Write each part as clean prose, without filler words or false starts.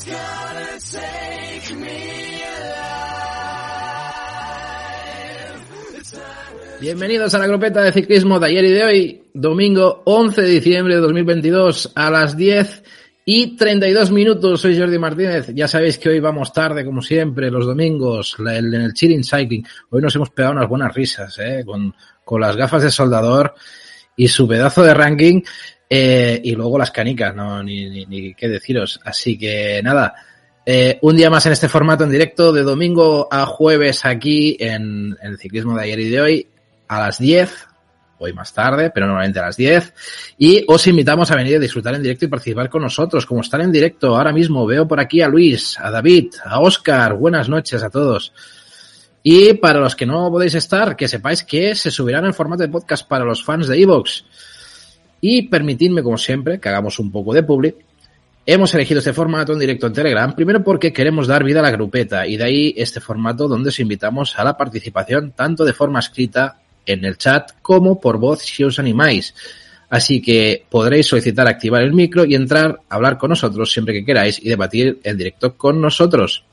It's gonna take me alive. Bienvenidos a la grupeta de ciclismo de ayer y de hoy, domingo 11 de diciembre de 2022 a las 10:32. Soy Jordi Martínez. Ya sabéis que hoy vamos tarde, como siempre, los domingos, en el Cheering Cycling. Hoy nos hemos pegado unas buenas risas, con las gafas de soldador y su pedazo de ranking, y luego las canicas, no ni qué deciros. Así que nada, un día más en este formato en directo, de domingo a jueves aquí en el ciclismo de ayer y de hoy, a las 10, hoy más tarde, pero normalmente a las 10, y os invitamos a venir a disfrutar en directo y participar con nosotros, como están en directo ahora mismo. Veo por aquí a Luis, a David, a Óscar. Buenas noches a todos. Y para los que no podéis estar, que sepáis que se subirán en formato de podcast para los fans de iVoox. Y permitidme, como siempre, que hagamos un poco de publi. Hemos elegido este formato en directo en Telegram, primero porque queremos dar vida a la grupeta, y de ahí este formato donde os invitamos a la participación tanto de forma escrita en el chat como por voz si os animáis. Así que podréis solicitar activar el micro y entrar a hablar con nosotros siempre que queráis y debatir en directo con nosotros.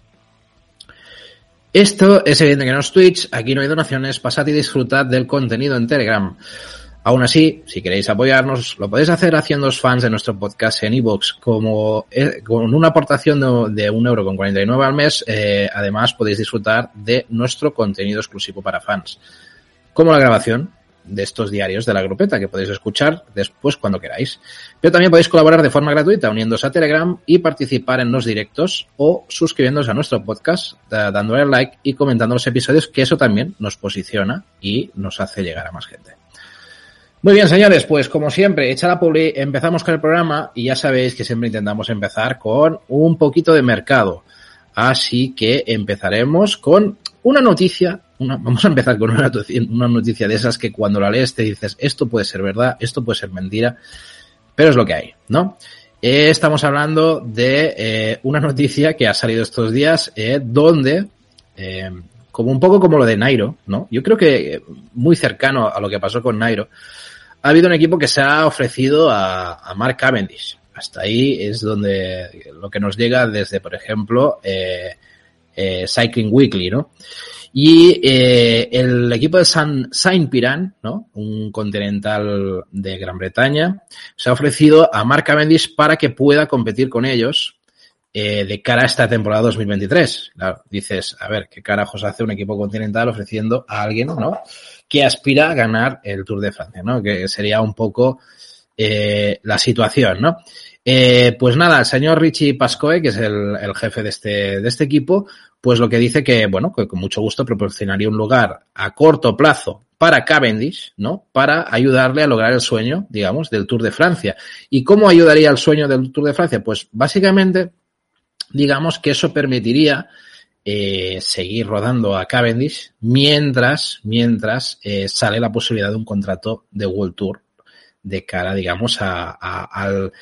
Esto es evidente que no es Twitch, aquí no hay donaciones, pasad y disfrutad del contenido en Telegram. Aún así, si queréis apoyarnos, lo podéis hacer haciéndoos fans de nuestro podcast en iVoox, como con una aportación de 1,49 € al mes. Además, podéis disfrutar de nuestro contenido exclusivo para fans, como la grabación de estos diarios de la grupeta, que podéis escuchar después cuando queráis. Pero también podéis colaborar de forma gratuita uniéndose a Telegram y participar en los directos, o suscribiéndose a nuestro podcast, dándole like y comentando los episodios, que eso también nos posiciona y nos hace llegar a más gente. Muy bien, señores, pues como siempre, hecha la publi, empezamos con el programa, y ya sabéis que siempre intentamos empezar con un poquito de mercado. Así que empezaremos con una noticia. Vamos a empezar con una noticia de esas que cuando la lees te dices, esto puede ser verdad, esto puede ser mentira, pero es lo que hay, ¿no? Estamos hablando de una noticia que ha salido estos días, donde, como un poco como lo de Nairo, ¿no? Yo creo que muy cercano a lo que pasó con Nairo, ha habido un equipo que se ha ofrecido a Mark Cavendish. Hasta ahí es donde lo que nos llega desde, por ejemplo, Cycling Weekly, ¿no? Y el equipo de Saint-Piran, ¿no? Un continental de Gran Bretaña, se ha ofrecido a Mark Cavendish para que pueda competir con ellos de cara a esta temporada 2023. Claro, dices, a ver, ¿qué carajos hace un equipo continental ofreciendo a alguien, ¿no?, que aspira a ganar el Tour de Francia, ¿no? Que sería un poco la situación, ¿no? Pues nada, el señor Richie Pascoe, que es el jefe de este equipo, pues lo que dice que, bueno, que con mucho gusto proporcionaría un lugar a corto plazo para Cavendish, ¿no?, para ayudarle a lograr el sueño, digamos, del Tour de Francia. ¿Y cómo ayudaría al sueño del Tour de Francia? Pues básicamente, digamos que eso permitiría seguir rodando a Cavendish mientras sale la posibilidad de un contrato de World Tour de cara, digamos, al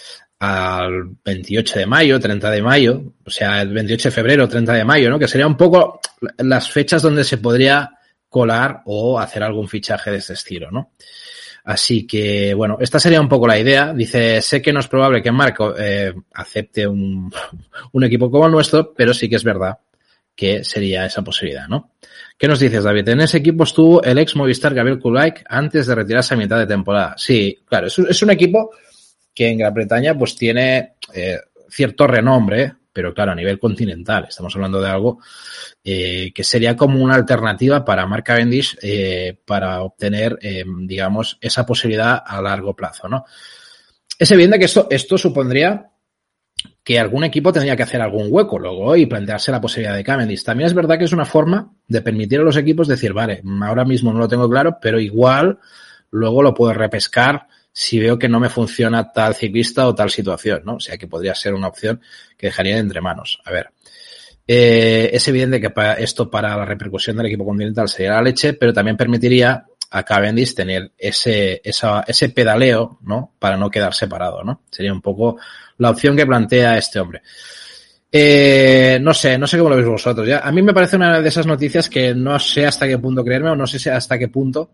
28 de mayo, 30 de mayo, o sea, el 28 de febrero, 30 de mayo, ¿no? Que sería un poco las fechas donde se podría colar o hacer algún fichaje de este estilo, ¿no? Así que, bueno, esta sería un poco la idea. Dice, sé que no es probable que Marco acepte un equipo como el nuestro, pero sí que es verdad que sería esa posibilidad, ¿no? ¿Qué nos dices, David? En ese equipo estuvo el ex Movistar Gabriel Kulak antes de retirarse a mitad de temporada. Sí, claro, es un equipo que en Gran Bretaña pues tiene cierto renombre, pero claro, a nivel continental. Estamos hablando de algo que sería como una alternativa para Mark Cavendish para obtener, digamos, esa posibilidad a largo plazo, ¿no? Es evidente que esto supondría que algún equipo tendría que hacer algún hueco luego y plantearse la posibilidad de Cavendish. También es verdad que es una forma de permitir a los equipos decir, vale, ahora mismo no lo tengo claro, pero igual luego lo puedo repescar si veo que no me funciona tal ciclista o tal situación, ¿no? O sea, que podría ser una opción que dejaría de entre manos. A ver, es evidente que esto para la repercusión del equipo continental sería la leche, pero también permitiría a Cavendish tener ese pedaleo, ¿no?, para no quedar separado, ¿no? Sería un poco la opción que plantea este hombre. No sé cómo lo veis vosotros. Ya, a mí me parece una de esas noticias que no sé hasta qué punto creerme, o no sé hasta qué punto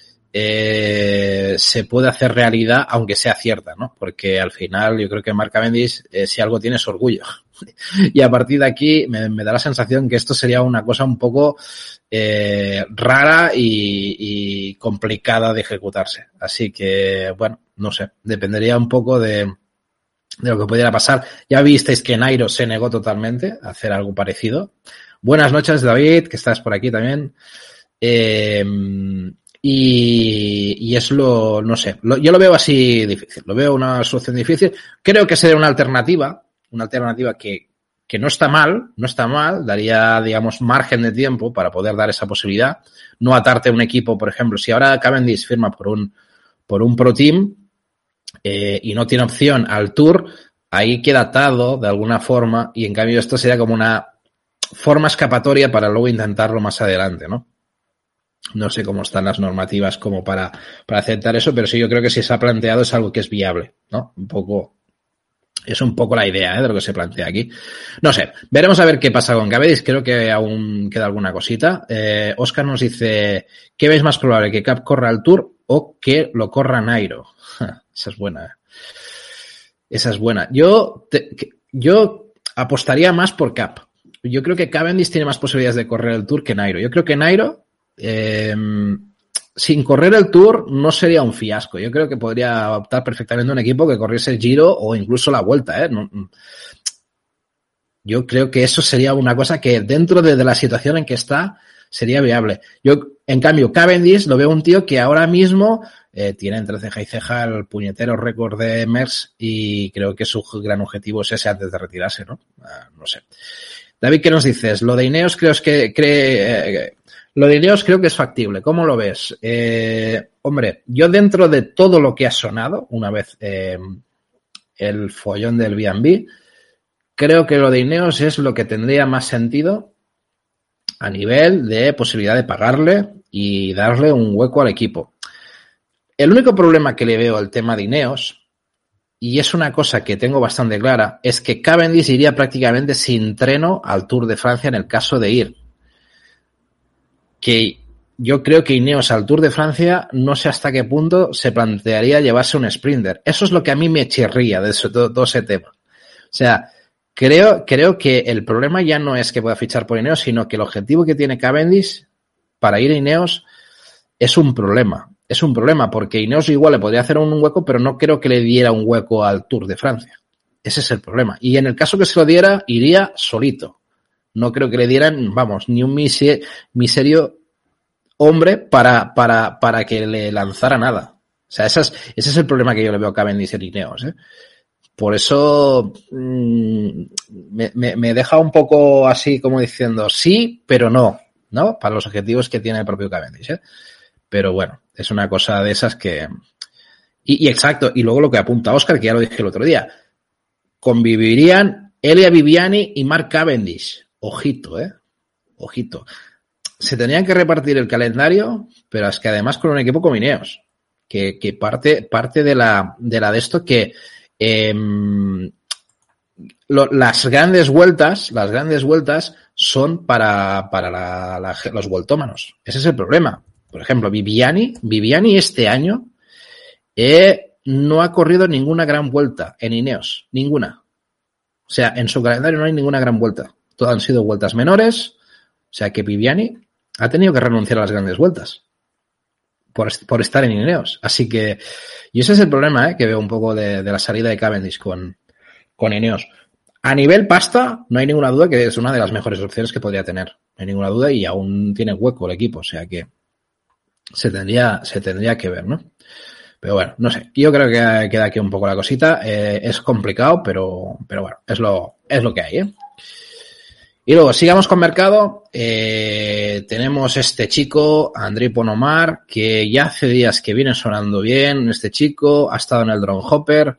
se puede hacer realidad, aunque sea cierta, ¿no? Porque al final yo creo que Mark Cavendish, si algo tiene, es orgullo. Y a partir de aquí me da la sensación que esto sería una cosa un poco rara y complicada de ejecutarse. Así que, bueno, no sé, dependería un poco de lo que pudiera pasar. Ya visteis que Nairo se negó totalmente a hacer algo parecido. Buenas noches, David, que estás por aquí también. Y es no sé, yo lo veo así difícil, lo veo una solución difícil. Creo que sería una alternativa que no está mal, daría, digamos, margen de tiempo para poder dar esa posibilidad. No atarte a un equipo, por ejemplo, si ahora Cavendish firma por un Pro Team y no tiene opción al Tour, ahí queda atado de alguna forma, y en cambio esto sería como una forma escapatoria para luego intentarlo más adelante, ¿no? No sé cómo están las normativas como para aceptar eso, pero sí, yo creo que si se ha planteado es algo que es viable, ¿no? Es un poco la idea, de lo que se plantea aquí. No sé, veremos a ver qué pasa con Cavendish. Creo que aún queda alguna cosita. Oscar nos dice, ¿qué veis más probable? ¿Que Cap corra el Tour o que lo corra Nairo? Esa es buena. Esa es buena. Yo apostaría más por Cap. Yo creo que Cavendish tiene más posibilidades de correr el Tour que Nairo. Yo creo que Nairo, sin correr el Tour, no sería un fiasco. Yo creo que podría optar perfectamente a un equipo que corriese el Giro o incluso la Vuelta, Yo creo que eso sería una cosa que dentro de la situación en que está sería viable. Yo, en cambio, Cavendish lo veo un tío que ahora mismo tiene entre ceja y ceja el puñetero récord de Merckx y creo que su gran objetivo es ese antes de retirarse, ¿no? No sé. David, ¿qué nos dices? Lo de Ineos creo que es factible. ¿Cómo lo ves? Hombre, yo dentro de todo lo que ha sonado, una vez el follón del B&B, creo que lo de Ineos es lo que tendría más sentido a nivel de posibilidad de pagarle y darle un hueco al equipo. El único problema que le veo al tema de Ineos, y es una cosa que tengo bastante clara, es que Cavendish iría prácticamente sin treno al Tour de Francia en el caso de ir. Que yo creo que Ineos al Tour de Francia no sé hasta qué punto se plantearía llevarse un sprinter. Eso es lo que a mí me chirría de todo ese tema. O sea, creo que el problema ya no es que pueda fichar por Ineos, sino que el objetivo que tiene Cavendish para ir a Ineos es un problema. Es un problema porque Ineos igual le podría hacer un hueco, pero no creo que le diera un hueco al Tour de Francia. Ese es el problema. Y en el caso que se lo diera, iría solito. No creo que le dieran, vamos, ni un miserio hombre para que le lanzara nada. O sea, ese es el problema que yo le veo a Cavendish en Ineos, Por eso me deja un poco así como diciendo sí, pero no, ¿no? Para los objetivos que tiene el propio Cavendish, Pero bueno, es una cosa de esas que... Y exacto, y luego lo que apunta Oscar, que ya lo dije el otro día, convivirían Elia Viviani y Mark Cavendish. Ojito, Ojito. Se tenían que repartir el calendario, pero es que además con un equipo como Ineos, que parte de la de esto que las grandes vueltas son para los vueltómanos. Ese es el problema. Por ejemplo, Viviani este año no ha corrido ninguna gran vuelta en Ineos. Ninguna. O sea, en su calendario no hay ninguna gran vuelta. Todas han sido vueltas menores. O sea que Viviani ha tenido que renunciar a las grandes vueltas por estar en Ineos. Así que, y ese es el problema, que veo un poco de la salida de Cavendish con Ineos. A nivel pasta, no hay ninguna duda que es una de las mejores opciones que podría tener. No hay ninguna duda y aún tiene hueco el equipo. O sea que se tendría que ver, ¿no? Pero bueno, no sé. Yo creo que queda aquí un poco la cosita. Es complicado, pero bueno, es lo que hay, Y luego, sigamos con mercado. Tenemos este chico, Andrei Ponomar, que ya hace días que viene sonando bien. Este chico ha estado en el Drone Hopper.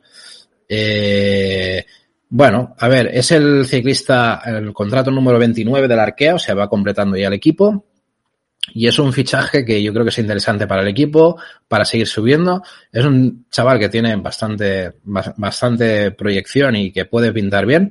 Bueno, a ver, es el ciclista, el contrato número 29 del Arkea, o sea, va completando ya el equipo. Y es un fichaje que yo creo que es interesante para el equipo, para seguir subiendo. Es un chaval que tiene bastante proyección y que puede pintar bien.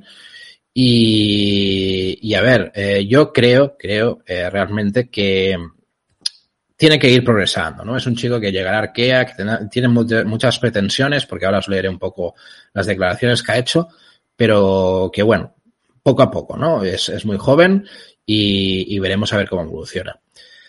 Y a ver, yo creo realmente que tiene que ir progresando, ¿no? Es un chico que llegará a Arkea, que tiene muchas pretensiones, porque ahora os leeré un poco las declaraciones que ha hecho, pero que bueno, poco a poco, ¿no? Es muy joven y veremos a ver cómo evoluciona.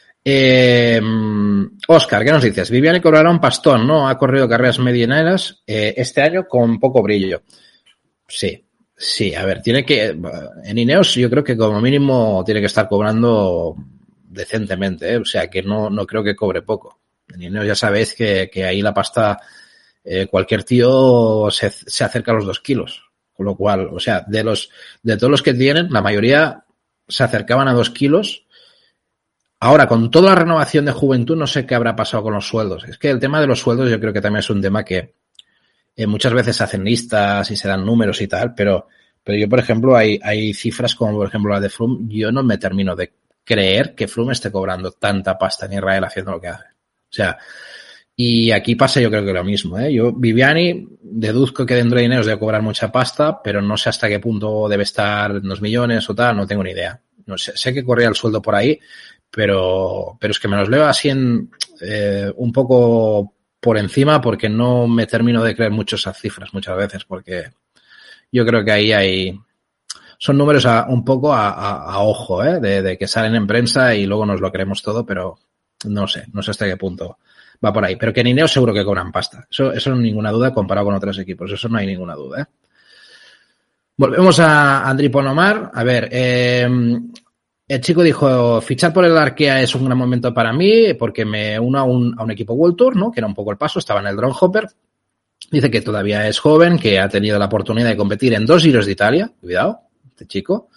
Óscar, ¿qué nos dices? Viviani cobrará un pastón, ¿no? Ha corrido carreras medianeras este año con poco brillo. Sí, a ver, tiene que... En Ineos yo creo que como mínimo tiene que estar cobrando decentemente, ¿eh? O sea, que no creo que cobre poco. En Ineos ya sabéis que ahí la pasta, cualquier tío se acerca a los 2 kilos. Con lo cual, o sea, de todos los que tienen, la mayoría se acercaban a 2 kilos. Ahora, con toda la renovación de juventud, no sé qué habrá pasado con los sueldos. Es que el tema de los sueldos yo creo que también es un tema que muchas veces se hacen listas y se dan números y tal, pero yo, por ejemplo, hay cifras como, por ejemplo, la de Froome. Yo no me termino de creer que Froome esté cobrando tanta pasta en Israel haciendo lo que hace. O sea, y aquí pasa yo creo que lo mismo, ¿eh? Yo, Viviani, deduzco que dentro de Ineos debe cobrar mucha pasta, pero no sé hasta qué punto debe estar en 2 millones o tal, no tengo ni idea. No sé que corría el sueldo por ahí, pero es que me los leo así un poco por encima porque no me termino de creer mucho esas cifras muchas veces, porque yo creo que ahí son números un poco a ojo, de que salen en prensa y luego nos lo creemos todo, pero no sé hasta qué punto va por ahí. Pero que en Ineos seguro que cobran pasta. Eso no hay ninguna duda comparado con otros equipos. Eso no hay ninguna duda, ¿eh? Volvemos a Andri Ponomar. A ver, el chico dijo, fichar por el Arkea es un gran momento para mí porque me uno a un equipo World Tour, ¿no? Que era un poco el paso, estaba en el Drone Hopper. Dice que todavía es joven, que ha tenido la oportunidad de competir en 2 Giros de Italia. Cuidado, este chico.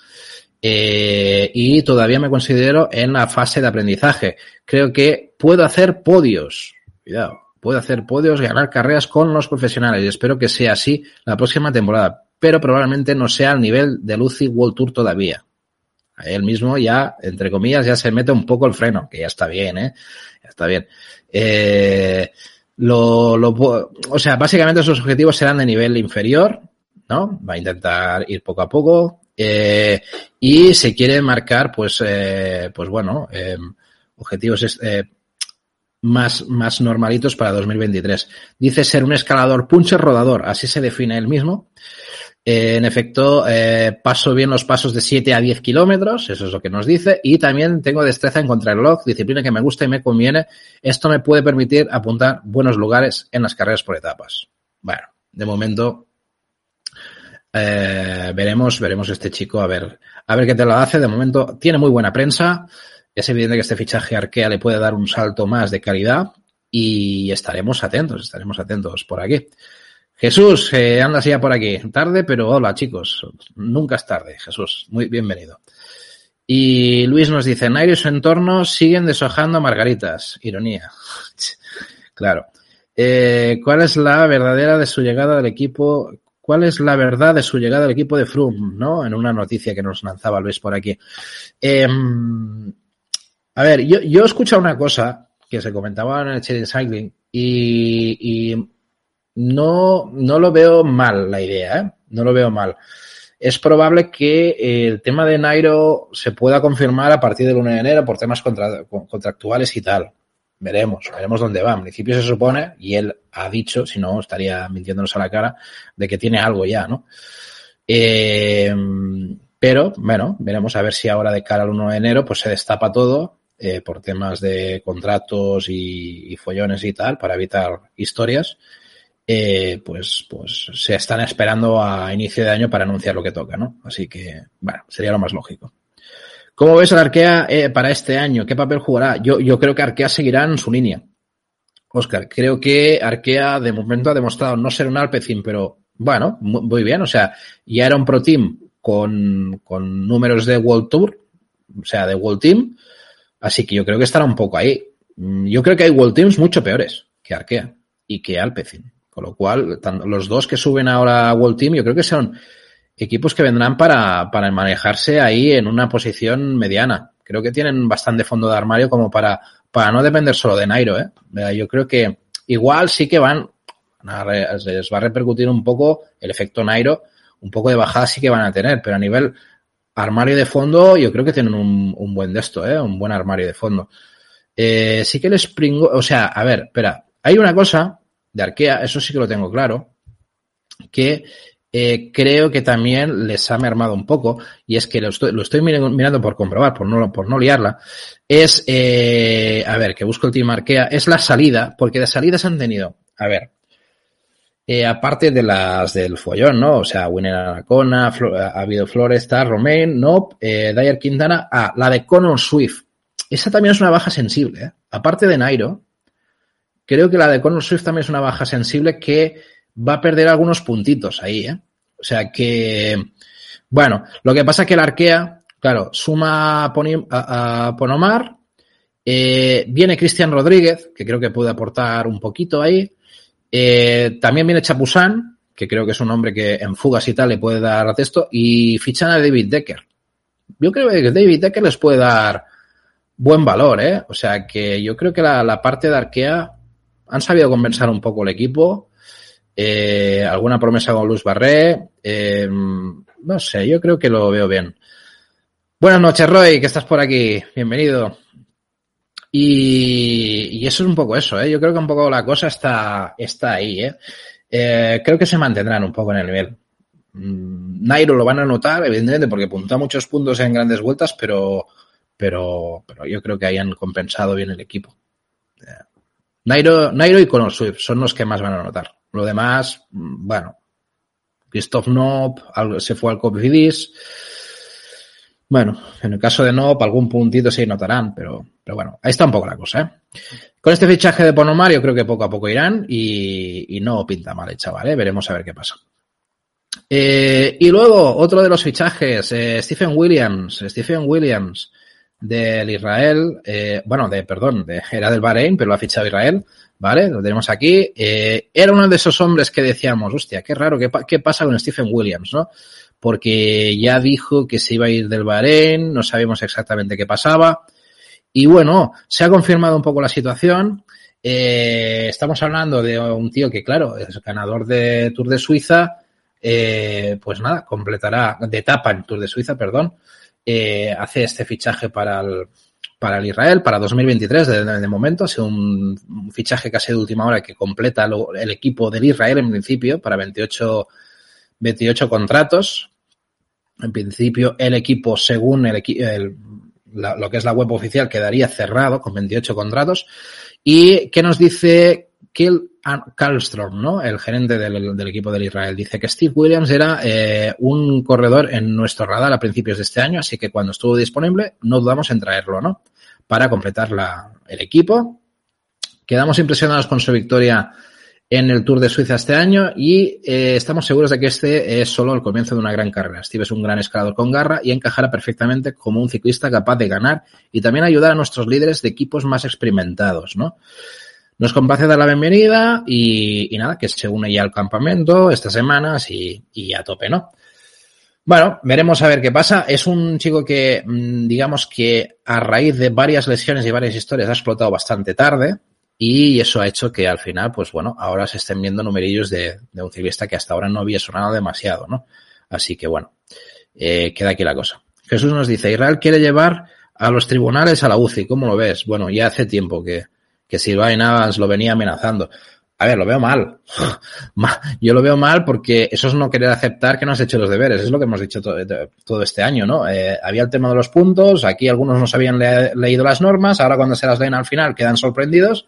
Y todavía me considero en la fase de aprendizaje. Creo que puedo hacer podios. Cuidado, puedo hacer podios, ganar carreras con los profesionales y espero que sea así la próxima temporada. Pero probablemente no sea al nivel de UCI World Tour todavía. Él mismo ya, entre comillas, ya se mete un poco el freno, que ya está bien, ¿eh? Ya está bien. O sea, básicamente sus objetivos serán de nivel inferior, ¿no? Va a intentar ir poco a poco, y se quiere marcar, pues bueno, objetivos, más normalitos para 2023. Dice ser un escalador puncher rodador, así se define él mismo. En efecto, paso bien los pasos de 7 a 10 kilómetros, eso es lo que nos dice, y también tengo destreza en contrarreloj, disciplina que me gusta y me conviene. Esto me puede permitir apuntar buenos lugares en las carreras por etapas. Bueno, de momento veremos este chico a ver qué te lo hace. De momento tiene muy buena prensa, es evidente que este fichaje Arkea le puede dar un salto más de calidad y estaremos atentos por aquí. Jesús, andas ya por aquí. Tarde, pero hola, chicos. Nunca es tarde, Jesús. Muy bienvenido. Y Luis nos dice, Nairo y su entorno siguen deshojando margaritas. Ironía. Claro. ¿Cuál es la verdad de su llegada al equipo de Froome, ¿no? En una noticia que nos lanzaba Luis por aquí. A ver, yo he escuchado una cosa que se comentaba en el Chile Cycling y no lo veo mal la idea, ¿eh? No lo veo mal. Es probable que el tema de Nairo se pueda confirmar a partir del 1 de enero por temas contractuales y tal. Veremos dónde va. En principio se supone, y él ha dicho, si no estaría mintiéndonos a la cara, de que tiene algo ya, ¿no? Pero, bueno, veremos a ver si ahora de cara al 1 de enero pues se destapa todo por temas de contratos y follones y tal, para evitar historias. Pues se están esperando a inicio de año para anunciar lo que toca, ¿no? Así que, bueno, sería lo más lógico. ¿Cómo ves al Arkea para este año? ¿Qué papel jugará? Yo creo que Arkea seguirá en su línea. Óscar, creo que Arkea de momento ha demostrado no ser un Alpecin, pero bueno, muy bien. O sea, ya era un Pro Team con números de World Tour, o sea, de World Team. Así que yo creo que estará un poco ahí. Yo creo que hay World Teams mucho peores que Arkea y que Alpecin. Con lo cual, los dos que suben ahora a World Team, yo creo que son equipos que vendrán para manejarse ahí en una posición mediana. Creo que tienen bastante fondo de armario como para no depender solo de Nairo, ¿eh? Yo creo que igual sí que les va a repercutir un poco el efecto Nairo, un poco de bajada sí que van a tener, pero a nivel armario de fondo yo creo que tienen un buen de esto, un buen armario de fondo. Sí que les pringó, o sea, a ver, espera, hay una cosa de Arkea, eso sí que lo tengo claro, que creo que también les ha mermado un poco, y es que lo estoy mirando por comprobar, por no liarla, es, a ver, que busco el Team Arkea, es la salida, porque de salidas han tenido, a ver, aparte de las del follón, ¿no? O sea, Winner Anacona, ha habido Flores, Star, Romain, Nope, Dyer Quintana, la de Connor Swift. Esa también es una baja sensible, ¿eh? Aparte de Nairo, creo que la de Connor Swift también es una baja sensible que va a perder algunos puntitos ahí, ¿eh? O sea que, bueno, lo que pasa es que el Arkea, claro, suma a Ponomar, viene Cristian Rodríguez, que creo que puede aportar un poquito ahí, también viene Chapuzán, que creo que es un hombre que en fugas y tal le puede dar texto, y fichan a David Decker. Yo creo que David Decker les puede dar buen valor, ¿eh? O sea que yo creo que la parte de Arkea han sabido compensar un poco el equipo. Alguna promesa con Luis Barré. No sé, yo creo que lo veo bien. Buenas noches, Roy, que estás por aquí. Bienvenido. Y eso es un poco eso, ¿eh? Yo creo que un poco la cosa está ahí, ¿eh? Creo que se mantendrán un poco en el nivel. Nairo lo van a notar, evidentemente, porque puntúa muchos puntos en grandes vueltas, pero yo creo que hayan compensado bien el equipo. Nairo y Connor Swift son los que más van a notar. Lo demás, bueno, Christophe Noop se fue al Cofidis. Bueno, en el caso de Noop, algún puntito sí notarán, pero bueno, ahí está un poco la cosa, ¿eh? Con este fichaje de Ponomar yo creo que poco a poco irán y no pinta mal el chaval, ¿eh? Veremos a ver qué pasa. Y luego, otro de los fichajes, Stephen Williams del Israel, era del Bahrein, pero lo ha fichado Israel, ¿vale? Lo tenemos aquí. Era uno de esos hombres que decíamos, hostia, qué raro, ¿qué pasa con Stephen Williams, no? Porque ya dijo que se iba a ir del Bahrein, no sabemos exactamente qué pasaba. Y bueno, se ha confirmado un poco la situación. Estamos hablando de un tío que, claro, es ganador de Tour de Suiza, pues nada, completará, de etapa en Tour de Suiza, perdón. Hace este fichaje para el Israel, para 2023 de momento. Ha sido un fichaje casi de última hora que completa el equipo del Israel en principio para 28 contratos. En principio el equipo, según lo que es la web oficial, quedaría cerrado con 28 contratos. ¿Y qué nos dice Kjell Karlström, ¿no? El gerente del equipo del Israel? Dice que Steve Williams era un corredor en nuestro radar a principios de este año, así que cuando estuvo disponible no dudamos en traerlo, ¿no? Para completar el equipo. Quedamos impresionados con su victoria en el Tour de Suiza este año y estamos seguros de que este es solo el comienzo de una gran carrera. Steve es un gran escalador con garra y encajará perfectamente como un ciclista capaz de ganar y también ayudar a nuestros líderes de equipos más experimentados, ¿no? Nos complace dar la bienvenida y nada, que se une ya al campamento estas semanas y a tope, ¿no? Bueno, veremos a ver qué pasa. Es un chico que, digamos que a raíz de varias lesiones y varias historias ha explotado bastante tarde y eso ha hecho que al final, pues bueno, ahora se estén viendo numerillos de un ciclista que hasta ahora no había sonado demasiado, ¿no? Así que bueno, queda aquí la cosa. Jesús nos dice, Israel quiere llevar a los tribunales a la UCI, ¿cómo lo ves? Bueno, ya hace tiempo que Sylvain Adams lo venía amenazando. A ver, lo veo mal. Yo lo veo mal porque eso es no querer aceptar que no has hecho los deberes. Es lo que hemos dicho todo este año, ¿no? Había el tema de los puntos, aquí algunos no se habían leído las normas, ahora cuando se las leen al final quedan sorprendidos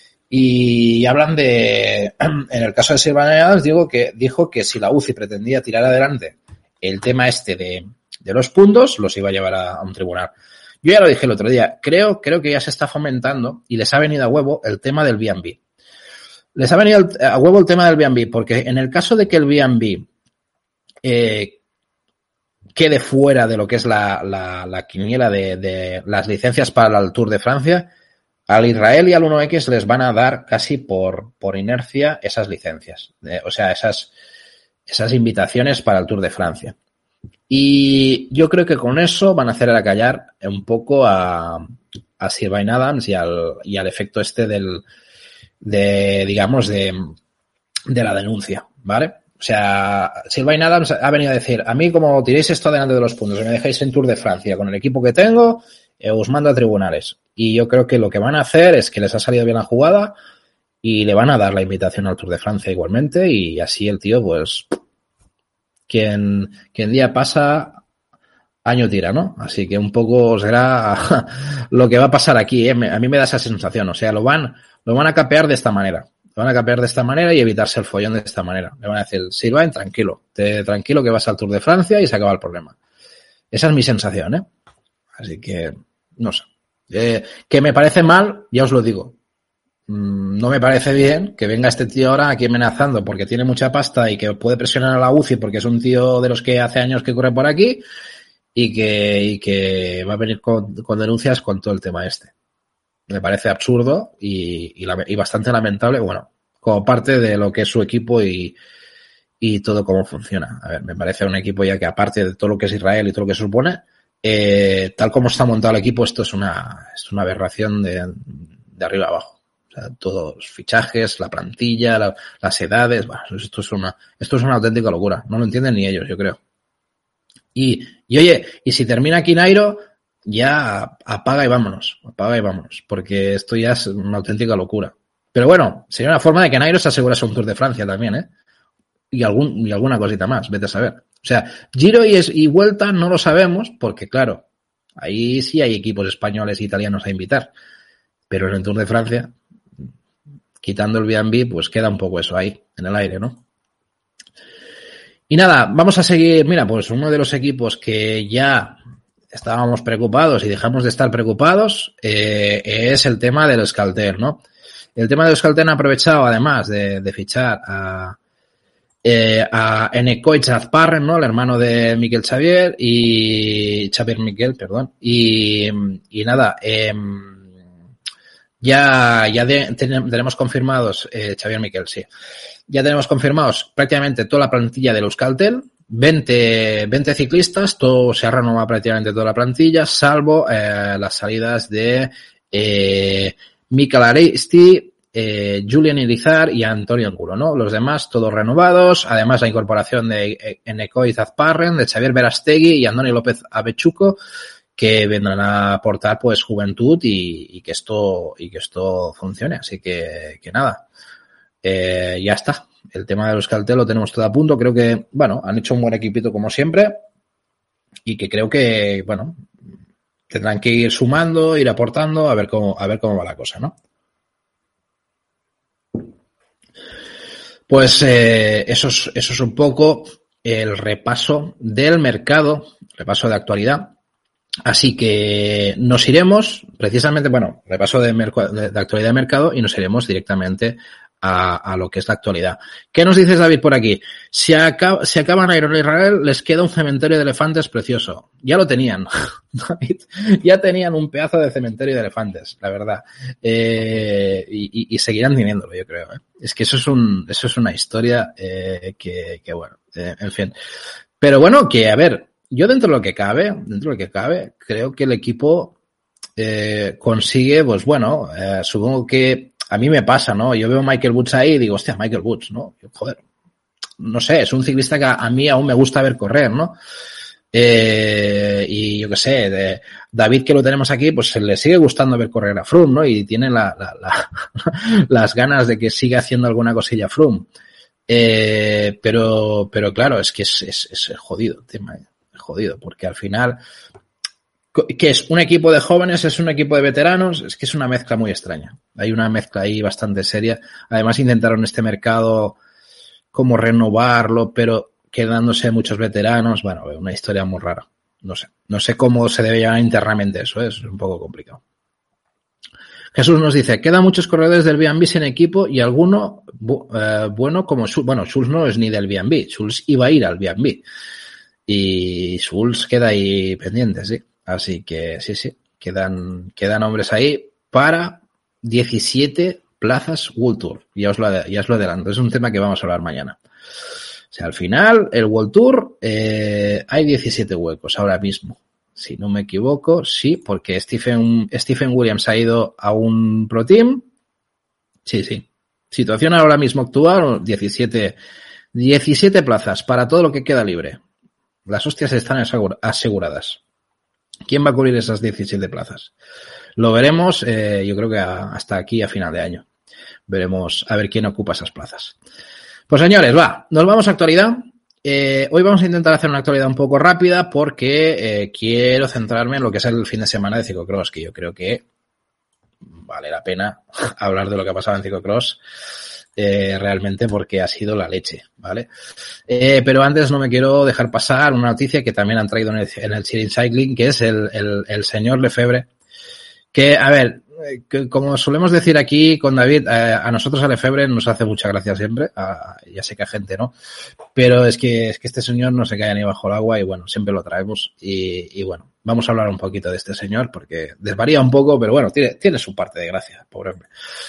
y hablan de... En el caso de Sylvain Adams dijo que si la UCI pretendía tirar adelante el tema este de los puntos, los iba a llevar a un tribunal. Yo ya lo dije el otro día, creo que ya se está fomentando y les ha venido a huevo el tema del B&B. Les ha venido a huevo el tema del B&B, porque en el caso de que el B&B quede fuera de lo que es la quiniela de las licencias para el Tour de Francia, al Israel y al 1X les van a dar casi por inercia esas licencias, o sea, esas invitaciones para el Tour de Francia. Y yo creo que con eso van a hacer callar un poco a Sylvain Adams y al efecto este de la denuncia, ¿vale? O sea, Sylvain Adams ha venido a decir, a mí como tiréis esto delante de los puntos y me dejáis en Tour de Francia con el equipo que tengo, os mando a tribunales. Y yo creo que lo que van a hacer es que les ha salido bien la jugada y le van a dar la invitación al Tour de Francia igualmente y así el tío, pues, quien día pasa, año tira, ¿no? Así que un poco será lo que va a pasar aquí, ¿eh? A mí me da esa sensación, o sea, lo van a capear de esta manera. Lo van a capear de esta manera y evitarse el follón de esta manera. Le van a decir, Sylvain, tranquilo que vas al Tour de Francia y se acaba el problema. Esa es mi sensación, ¿eh? Así que, no sé. Que me parece mal, ya os lo digo. No me parece bien que venga este tío ahora aquí amenazando porque tiene mucha pasta y que puede presionar a la UCI porque es un tío de los que hace años que corre por aquí y que va a venir con denuncias con todo el tema este. Me parece absurdo y bastante lamentable, bueno, como parte de lo que es su equipo y todo cómo funciona. A ver, me parece un equipo ya que aparte de todo lo que es Israel y todo lo que se supone, tal como está montado el equipo, esto es una aberración de arriba abajo. O sea, todos los fichajes, la plantilla, las edades, bueno, esto es una auténtica locura. No lo entienden ni ellos, yo creo. Y oye, y si termina aquí Nairo, ya apaga y vámonos, porque esto ya es una auténtica locura. Pero bueno, sería una forma de que Nairo se asegurase un Tour de Francia también, ¿eh? Y alguna cosita más, vete a saber. O sea, Giro y Vuelta no lo sabemos, porque claro, ahí sí hay equipos españoles e italianos a invitar. Pero en el Tour de Francia, quitando el B&B, pues queda un poco eso ahí, en el aire, ¿no? Y nada, vamos a seguir. Mira, pues uno de los equipos que ya estábamos preocupados y dejamos de estar preocupados es el tema del Euskaltel, ¿no? El tema del Euskaltel ha aprovechado, además de fichar a Eneco Azparren, ¿no? El hermano de Miquel Xavier y Xavier Miquel, perdón. Y nada, tenemos confirmados, Xavier Miquel, sí. Ya tenemos confirmados prácticamente toda la plantilla del Euskaltel, 20 ciclistas, todo se ha renovado prácticamente toda la plantilla, salvo las salidas de Mikel Aristi, Julian Irizar y Antonio Angulo, ¿no? Los demás todos renovados, además la incorporación de Eneco Azparren, de Xavier Verastegui y Andoni López Avechuco, que vendrán a aportar pues juventud y que esto funcione. Así que nada, ya está. El tema de los Euskaltel lo tenemos todo a punto. Creo que, bueno, han hecho un buen equipito como siempre y que creo que, bueno, tendrán que ir sumando, ir aportando, a ver cómo va la cosa, ¿no? Pues eso es un poco el repaso del mercado, repaso de actualidad. Así que nos iremos, precisamente, bueno, repaso de actualidad de mercado y nos iremos directamente a lo que es la actualidad. ¿Qué nos dices, David, por aquí? Si acaban a ir a Israel, les queda un cementerio de elefantes precioso. Ya lo tenían, David. Ya tenían un pedazo de cementerio de elefantes, la verdad. Y seguirán teniéndolo, yo creo. Es que eso es una historia que bueno, en fin. Pero bueno, que a ver, yo dentro de lo que cabe, creo que el equipo consigue, pues bueno, supongo que a mí me pasa, ¿no? Yo veo a Michael Woods ahí y digo, hostia, Michael Woods, ¿no? Joder, no sé, es un ciclista que a mí aún me gusta ver correr, ¿no? Y yo qué sé, David, que lo tenemos aquí, pues se le sigue gustando ver correr a Froome, ¿no? Y tiene las ganas de que siga haciendo alguna cosilla Froome. Pero claro, es que es jodido el tema, es jodido, porque al final, ¿qué es? ¿Un equipo de jóvenes? ¿Es un equipo de veteranos? Es que es una mezcla muy extraña. Hay una mezcla ahí bastante seria. Además intentaron este mercado como renovarlo, pero quedándose muchos veteranos. Bueno, una historia muy rara. No sé cómo se debe llevar internamente eso, es un poco complicado. Jesús nos dice, quedan muchos corredores del B&B sin equipo y alguno bueno como Schulz. Bueno, Schulz no es ni del B&B, Schulz iba a ir al B&B. Y Schulz queda ahí pendiente, sí. Así que sí, quedan hombres ahí para 17 plazas World Tour. Ya os lo adelanto, es un tema que vamos a hablar mañana. O sea, al final, el World Tour, hay 17 huecos ahora mismo. Si no me equivoco, sí, porque Stephen Williams ha ido a un Pro Team. Sí. Situación ahora mismo actual, 17 plazas para todo lo que queda libre. Las hostias están aseguradas. ¿Quién va a cubrir esas 17 plazas? Lo veremos, yo creo que hasta aquí a final de año. Veremos a ver quién ocupa esas plazas. Pues señores, nos vamos a actualidad Hoy vamos a intentar hacer una actualidad un poco rápida porque quiero centrarme en lo que es el fin de semana de ciclocross, que yo creo que vale la pena hablar de lo que ha pasado en ciclocross realmente porque ha sido la leche, ¿vale? Pero antes no me quiero dejar pasar una noticia que también han traído en el Cheering Cycling, que es el señor Lefebvre, que, a ver, como solemos decir aquí con David, a nosotros a Lefebvre nos hace mucha gracia siempre, ya sé que a gente no, pero es que este señor no se cae ni bajo el agua y bueno, siempre lo traemos y bueno, vamos a hablar un poquito de este señor porque desvaría un poco, pero bueno, tiene su parte de gracia, pobre hombre.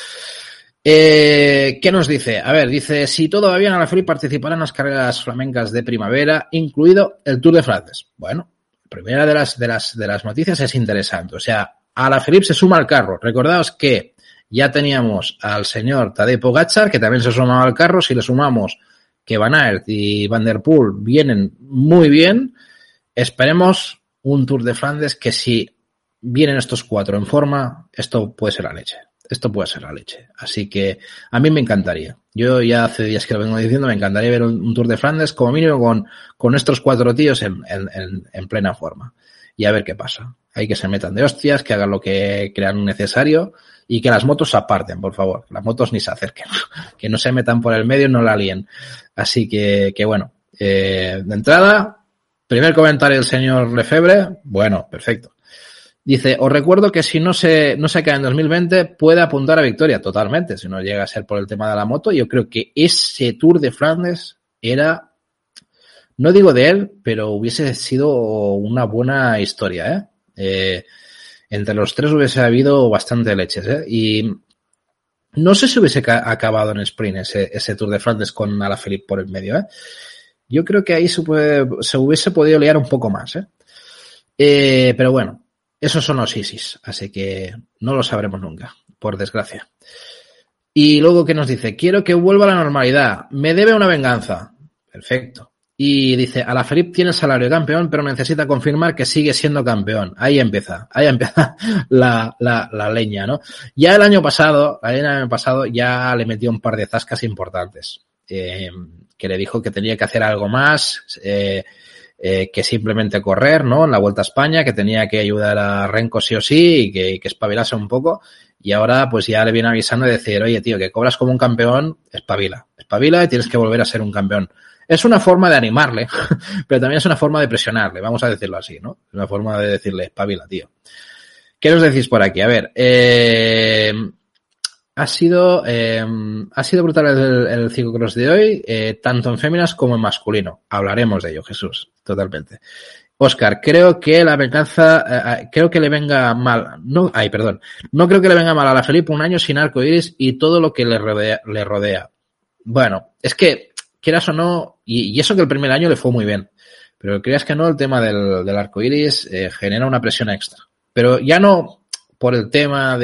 ¿Qué nos dice? A ver, dice, si todo va bien, Alaphilippe participará en las carreras flamencas de primavera, incluido el Tour de Flandes. Bueno, primera de las noticias es interesante, o sea, Alaphilippe se suma al carro. Recordaos que ya teníamos al señor Tadej Pogačar, que también se sumaba al carro. Si le sumamos que Van Aert y Van der Poel vienen muy bien, esperemos un Tour de Flandes que si vienen estos cuatro en forma, esto puede ser la leche. Esto puede ser la leche. Así que a mí me encantaría. Yo ya hace días que lo vengo diciendo, me encantaría ver un Tour de Flandes como mínimo con estos cuatro tíos en plena forma. Y a ver qué pasa. Hay que se metan de hostias, que hagan lo que crean necesario y que las motos se aparten, por favor. Las motos ni se acerquen. Que no se metan por el medio y no la líen. Así que bueno. De entrada, primer comentario del señor Lefebvre. Bueno, perfecto. Dice, os recuerdo que si no se cae en 2020 puede apuntar a victoria totalmente, si no llega a ser por el tema de la moto. Yo creo que ese Tour de Flandes era, no digo de él, pero hubiese sido una buena historia, entre los tres hubiese habido bastante leches, y no sé si hubiese acabado en sprint ese Tour de Flandes con Alaphilippe por el medio, Yo creo que ahí se hubiese podido liar un poco más, pero bueno. Esos son los ISIS, así que no lo sabremos nunca, por desgracia. Y luego, ¿qué nos dice? Quiero que vuelva a la normalidad. Me debe una venganza. Perfecto. Y dice, Alaphilippe tiene el salario de campeón, pero necesita confirmar que sigue siendo campeón. Ahí empieza la leña, ¿no? Ya el año pasado ya le metió un par de zascas importantes. Que le dijo que tenía que hacer algo más, que simplemente correr, ¿no? En la Vuelta a España, que tenía que ayudar a Renko sí o sí y que espabilase un poco. Y ahora pues ya le viene avisando de decir, oye tío, que cobras como un campeón, espabila y tienes que volver a ser un campeón. Es una forma de animarle, pero también es una forma de presionarle, vamos a decirlo así, ¿no? Es una forma de decirle, espabila, tío. ¿Qué nos decís por aquí? A ver, ha sido brutal el ciclocross de hoy, tanto en féminas como en masculino. Hablaremos de ello, Jesús, totalmente. Óscar, creo que la venganza, creo que le venga mal, no creo que le venga mal a Alaphilippe un año sin arco iris y todo lo que le rodea. Bueno, es que, quieras o no, y eso que el primer año le fue muy bien, pero creas que no, el tema del arco iris genera una presión extra. Pero ya no por el tema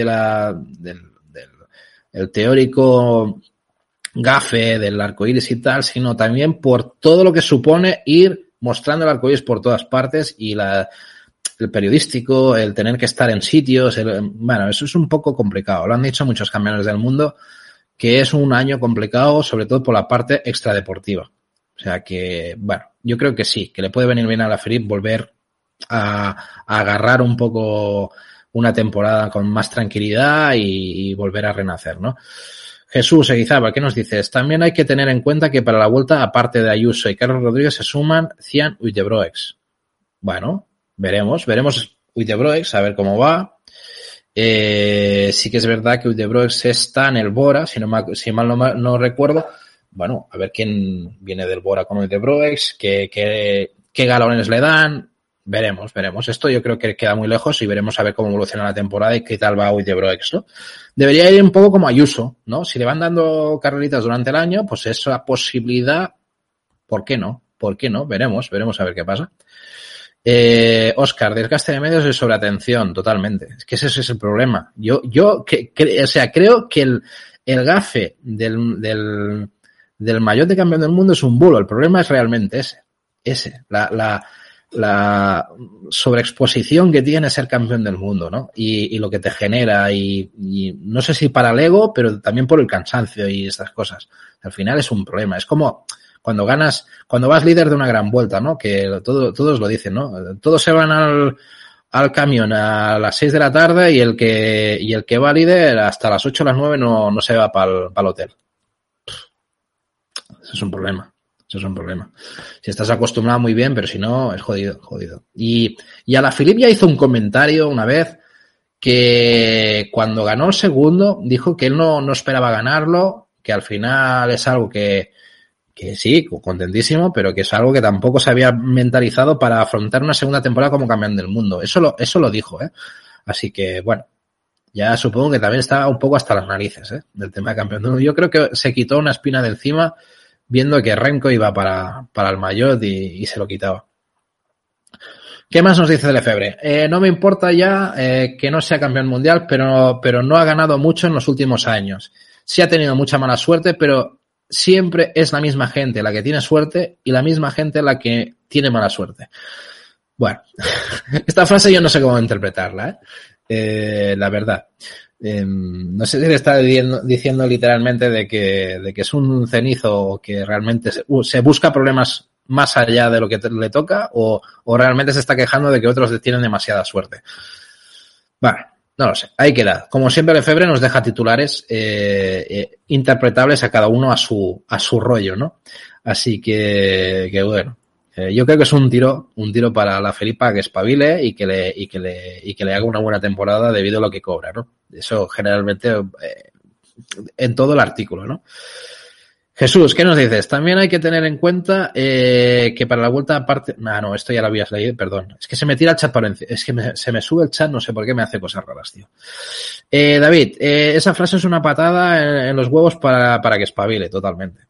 el teórico gafe del arcoíris y tal, sino también por todo lo que supone ir mostrando el arcoíris por todas partes y el periodístico, el tener que estar en sitios, bueno, eso es un poco complicado. Lo han dicho muchos campeones del mundo, que es un año complicado, sobre todo por la parte extradeportiva. O sea que, bueno, yo creo que sí, que le puede venir bien a Alaphilippe volver a agarrar un poco una temporada con más tranquilidad y volver a renacer, ¿no? Jesús Eguizábal, ¿qué nos dices? También hay que tener en cuenta que para la Vuelta, aparte de Ayuso y Carlos Rodríguez, se suman Cian Uijtdebroeks. Bueno, veremos Uijtdebroeks, a ver cómo va. Sí que es verdad que Uijtdebroeks está en el Bora, si mal no recuerdo. Bueno, a ver quién viene del Bora con Uijtdebroeks, qué galones le dan. Veremos. Esto yo creo que queda muy lejos y veremos a ver cómo evoluciona la temporada y qué tal va Uijtdebroeks, ¿no? Debería ir un poco como Ayuso, ¿no? Si le van dando carreritas durante el año, pues esa posibilidad, ¿por qué no? Veremos a ver qué pasa. Óscar, desgaste de medios y sobreatención, totalmente. Es que ese es el problema. Yo creo que el gafe del maillot de campeón del mundo es un bulo. El problema es realmente ese. La sobreexposición que tiene ser campeón del mundo, ¿no? Y lo que te genera y no sé si para el ego, pero también por el cansancio y estas cosas. Al final es un problema. Es como cuando vas líder de una gran vuelta, ¿no? Que todos lo dicen, ¿no? Todos se van al camión a las 6 de la tarde y el que va líder hasta las 8 o las 9 no se va para el hotel. Eso es un problema. Si estás acostumbrado muy bien, pero si no, es jodido. Y Alaphilippe ya hizo un comentario una vez que cuando ganó el segundo dijo que él no esperaba ganarlo, que al final es algo que sí, contentísimo, pero que es algo que tampoco se había mentalizado para afrontar una segunda temporada como campeón del mundo. Eso lo dijo, ¿eh? Así que, bueno, ya supongo que también estaba un poco hasta las narices, ¿eh? Del tema de campeón del mundo. Yo creo que se quitó una espina de encima viendo que Remco iba para el maillot y se lo quitaba. ¿Qué más nos dice Lefebvre? No me importa ya que no sea campeón mundial, pero no ha ganado mucho en los últimos años. Sí ha tenido mucha mala suerte, pero siempre es la misma gente la que tiene suerte y la misma gente la que tiene mala suerte. Bueno, esta frase yo no sé cómo interpretarla, la verdad. No sé si le está diciendo literalmente de que es un cenizo o que realmente se busca problemas más allá de lo que le toca o realmente se está quejando de que otros tienen demasiada suerte. Bueno, no lo sé, ahí queda. Como siempre, Lefebvre nos deja titulares interpretables a cada uno a su rollo, ¿no? Así que bueno, yo creo que es un tiro para Alaphilippe que espabile y que le haga una buena temporada debido a lo que cobra, ¿no? Eso generalmente en todo el artículo, ¿no? Jesús, ¿qué nos dices? También hay que tener en cuenta que para la vuelta aparte... No, esto ya lo habías leído, perdón. Es que se me tira el chat por encima. Es que se me sube el chat, no sé por qué me hace cosas raras, tío. David, esa frase es una patada en los huevos para que espabile, totalmente.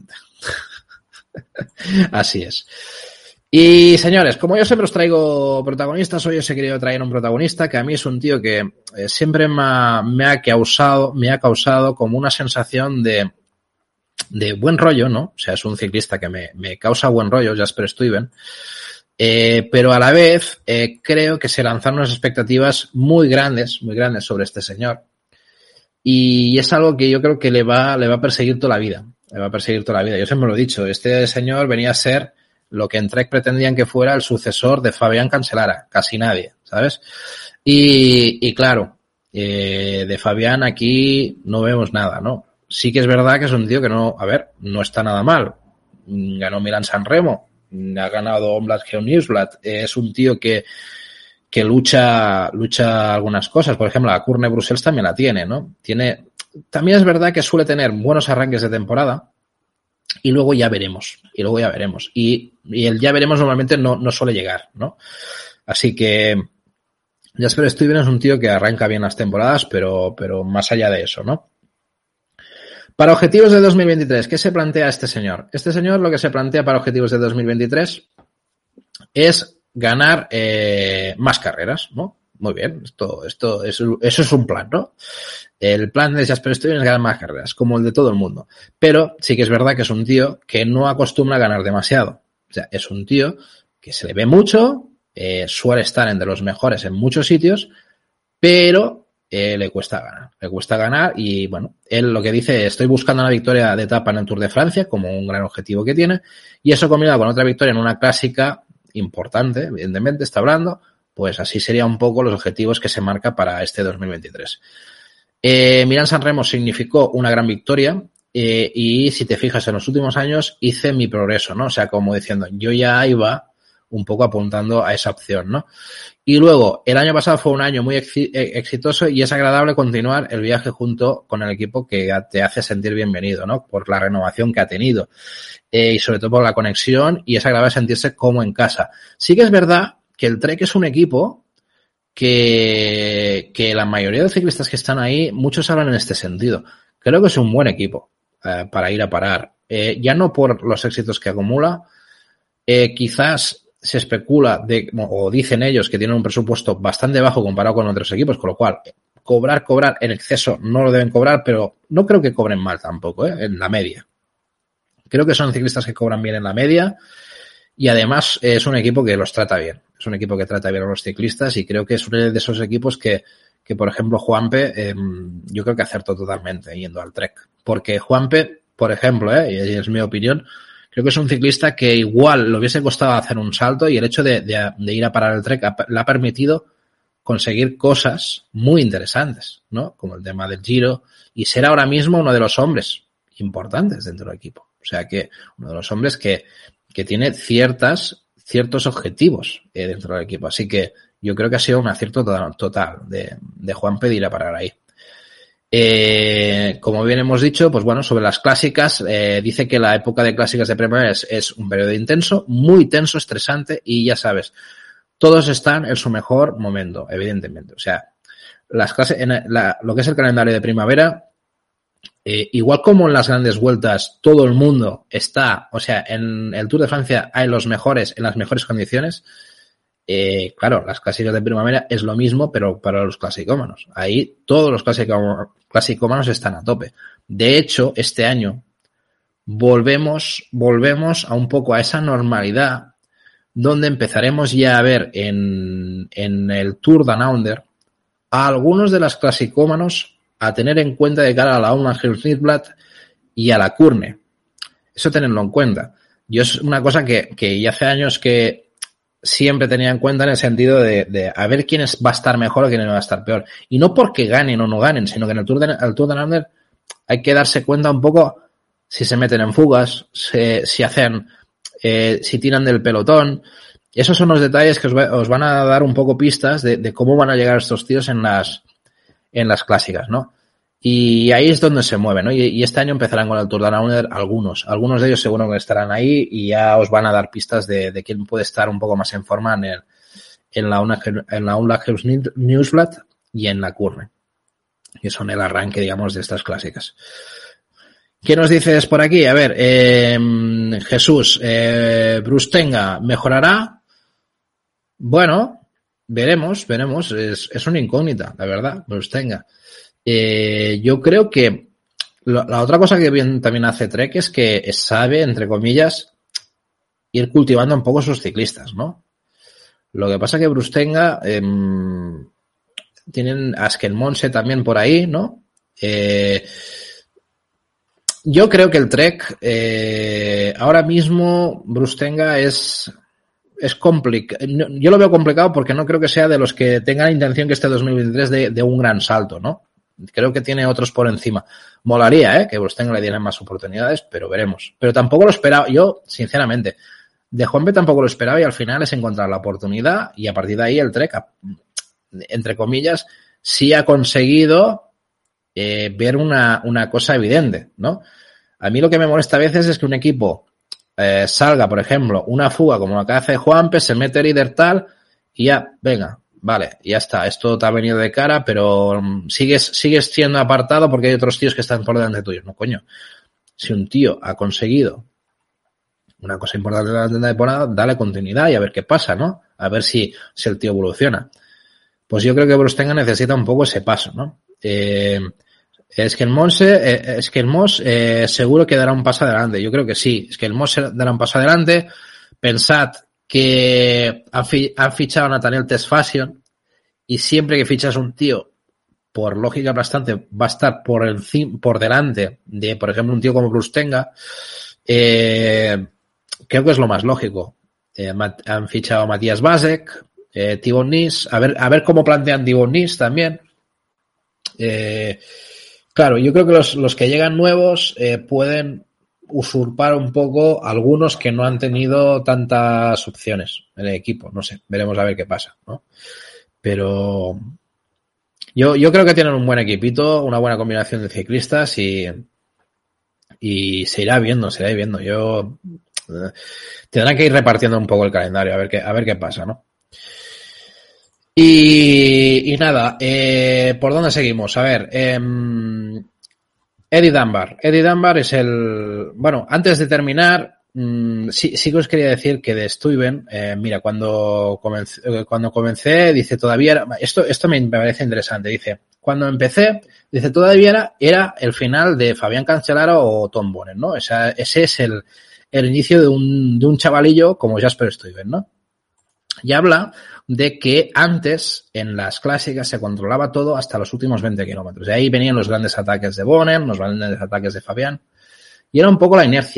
Así es. Y señores, como yo siempre os traigo protagonistas, hoy os he querido traer un protagonista que a mí es un tío que siempre me ha causado como una sensación de buen rollo, ¿no? O sea, es un ciclista que me causa buen rollo, Jasper Stuyven, pero a la vez creo que se lanzaron unas expectativas muy grandes sobre este señor y es algo que yo creo que le va a perseguir toda la vida. Yo siempre lo he dicho, este señor venía a ser lo que en Trek pretendían que fuera el sucesor de Fabián Cancellara, casi nadie, ¿sabes? Y claro, de Fabián aquí no vemos nada, ¿no? Sí que es verdad que es un tío que no está nada mal. Ganó Milán-San Remo, ha ganado Omloop Nieuwsblad, es un tío que lucha algunas cosas. Por ejemplo, la Kurne Brussels también la tiene, ¿no? También es verdad que suele tener buenos arranques de temporada y luego ya veremos. Y el ya veremos normalmente no suele llegar, ¿no? Así que Jasper Stuyven es un tío que arranca bien las temporadas, pero más allá de eso, ¿no? Para objetivos de 2023, ¿qué se plantea este señor? Este señor lo que se plantea para objetivos de 2023 es ganar más carreras, ¿no? Muy bien, eso es un plan, ¿no? El plan de Jasper Stuyven es ganar más carreras, como el de todo el mundo. Pero sí que es verdad que es un tío que no acostumbra a ganar demasiado. O sea, es un tío que se le ve mucho, suele estar entre los mejores en muchos sitios, pero le cuesta ganar y bueno, él lo que dice, estoy buscando una victoria de etapa en el Tour de Francia como un gran objetivo que tiene y eso combinado con otra victoria en una clásica importante, evidentemente está hablando, pues así serían un poco los objetivos que se marca para este 2023. Milán-San Remo significó una gran victoria y si te fijas en los últimos años hice mi progreso, ¿no? O sea, como diciendo, yo ya iba un poco apuntando a esa opción, ¿no? Y luego, el año pasado fue un año muy exitoso y es agradable continuar el viaje junto con el equipo que te hace sentir bienvenido, ¿no? Por la renovación que ha tenido y sobre todo por la conexión y es agradable sentirse como en casa. Sí que es verdad que el Trek es un equipo que la mayoría de los ciclistas que están ahí, muchos hablan en este sentido. Creo que es un buen equipo para ir a parar. Ya no por los éxitos que acumula, quizás se especula o dicen ellos que tienen un presupuesto bastante bajo comparado con otros equipos, con lo cual cobrar en exceso no lo deben cobrar, pero no creo que cobren mal tampoco, en la media. Creo que son ciclistas que cobran bien en la media y además es un equipo que los trata bien. Es un equipo que trata bien a los ciclistas y creo que es uno de esos equipos que por ejemplo, Juanpe, yo creo que acertó totalmente yendo al Trek. Porque Juanpe, por ejemplo, y es mi opinión, Creo que es un ciclista que igual le hubiese costado hacer un salto y el hecho de ir a parar el Trek le ha permitido conseguir cosas muy interesantes, ¿no? Como el tema del Giro y ser ahora mismo uno de los hombres importantes dentro del equipo. O sea que uno de los hombres que tiene ciertos objetivos dentro del equipo. Así que yo creo que ha sido un acierto total de Juanpe de ir a parar ahí. Como bien hemos dicho, pues bueno, sobre las clásicas, dice que la época de clásicas de primavera es un periodo intenso, muy tenso, estresante y ya sabes, todos están en su mejor momento, evidentemente. O sea, las clases, lo que es el calendario de primavera, igual como en las grandes vueltas todo el mundo está, o sea, en el Tour de Francia hay los mejores, en las mejores condiciones. Claro, las clásicas de primavera es lo mismo, pero para los clasicómanos. Ahí todos los clasicómanos están a tope. De hecho, este año volvemos a un poco a esa normalidad donde empezaremos ya a ver en el Tour Down Under a algunos de los clasicómanos a tener en cuenta de cara a la Umlaut y a la Kurne. Eso tenerlo en cuenta. Yo es una cosa que ya hace años que siempre tenía en cuenta en el sentido de a ver quién va a estar mejor o quién va a estar peor. Y no porque ganen o no ganen, sino que en el Tour Down Under hay que darse cuenta un poco si se meten en fugas, si hacen, si tiran del pelotón. Esos son los detalles que os van a dar un poco pistas de cómo van a llegar estos tíos en las clásicas, ¿no? Y ahí es donde se mueven, ¿no? Y este año empezarán con el Tour Down Under algunos de ellos seguro que estarán ahí y ya os van a dar pistas de quién puede estar un poco más en forma en la Umlaut y en la Kurne, que son el arranque, digamos, de estas clásicas. ¿Qué nos dices por aquí? A ver, Jesús, Brustenga, ¿mejorará? Bueno, veremos, es una incógnita, la verdad, Brustenga. Yo creo que la otra cosa que bien también hace Trek es que sabe, entre comillas, ir cultivando un poco sus ciclistas, ¿no? Lo que pasa que Brustenga tienen a Askelmonse también por ahí, ¿no? Yo creo que el Trek ahora mismo Brustenga es complicado. Yo lo veo complicado porque no creo que sea de los que tengan la intención que este 2023 de un gran salto, ¿no? Creo que tiene otros por encima. Molaría, que Brustenga le dieran más oportunidades, pero veremos. Pero tampoco lo esperaba, yo, sinceramente, de Juanpe tampoco lo esperaba y al final es encontrar la oportunidad y a partir de ahí el Trek, entre comillas, sí ha conseguido ver una cosa evidente, ¿no? A mí lo que me molesta a veces es que un equipo salga, por ejemplo, una fuga como la que hace Juanpe, se mete líder tal y ya, venga, vale, ya está, esto te ha venido de cara, pero sigues siendo apartado porque hay otros tíos que están por delante tuyo. No, coño. Si un tío ha conseguido una cosa importante de la temporada, dale continuidad y a ver qué pasa, ¿no? A ver si el tío evoluciona. Pues yo creo que Brustenga necesita un poco ese paso, ¿no? Esquelmos seguro que dará un paso adelante. Yo creo que sí. Esquelmos dará un paso adelante. Pensad que han fichado a Nathaniel Tesfacion y siempre que fichas un tío, por lógica bastante, va a estar por delante de, por ejemplo, un tío como Brustenga. Creo que es lo más lógico. Han fichado a Matías Vasek, Thibaut Nice, a ver cómo plantean Thibaut Nice también. Claro, yo creo que los que llegan nuevos pueden usurpar un poco algunos que no han tenido tantas opciones en el equipo. No sé, veremos a ver qué pasa, ¿no? Pero yo creo que tienen un buen equipito, una buena combinación de ciclistas y se irá viendo. Tendrán que ir repartiendo un poco el calendario, a ver qué pasa, ¿no? Y nada, ¿por dónde seguimos? A ver, Eddie Dunbar. Eddie Dunbar es bueno, antes de terminar, sí que os quería decir que de Stuyven, mira, cuando comencé, dice, todavía esto me parece interesante, dice, cuando empecé, dice, todavía era el final de Fabián Cancellara o Tom Bonnet, ¿no? Ese es el inicio de un chavalillo como Jasper Stuyven, ¿no? Y habla de que antes en las clásicas se controlaba todo hasta los últimos 20 kilómetros. De ahí venían los grandes ataques de Bonnet, los grandes ataques de Fabián. Y era un poco la inercia, ¿no?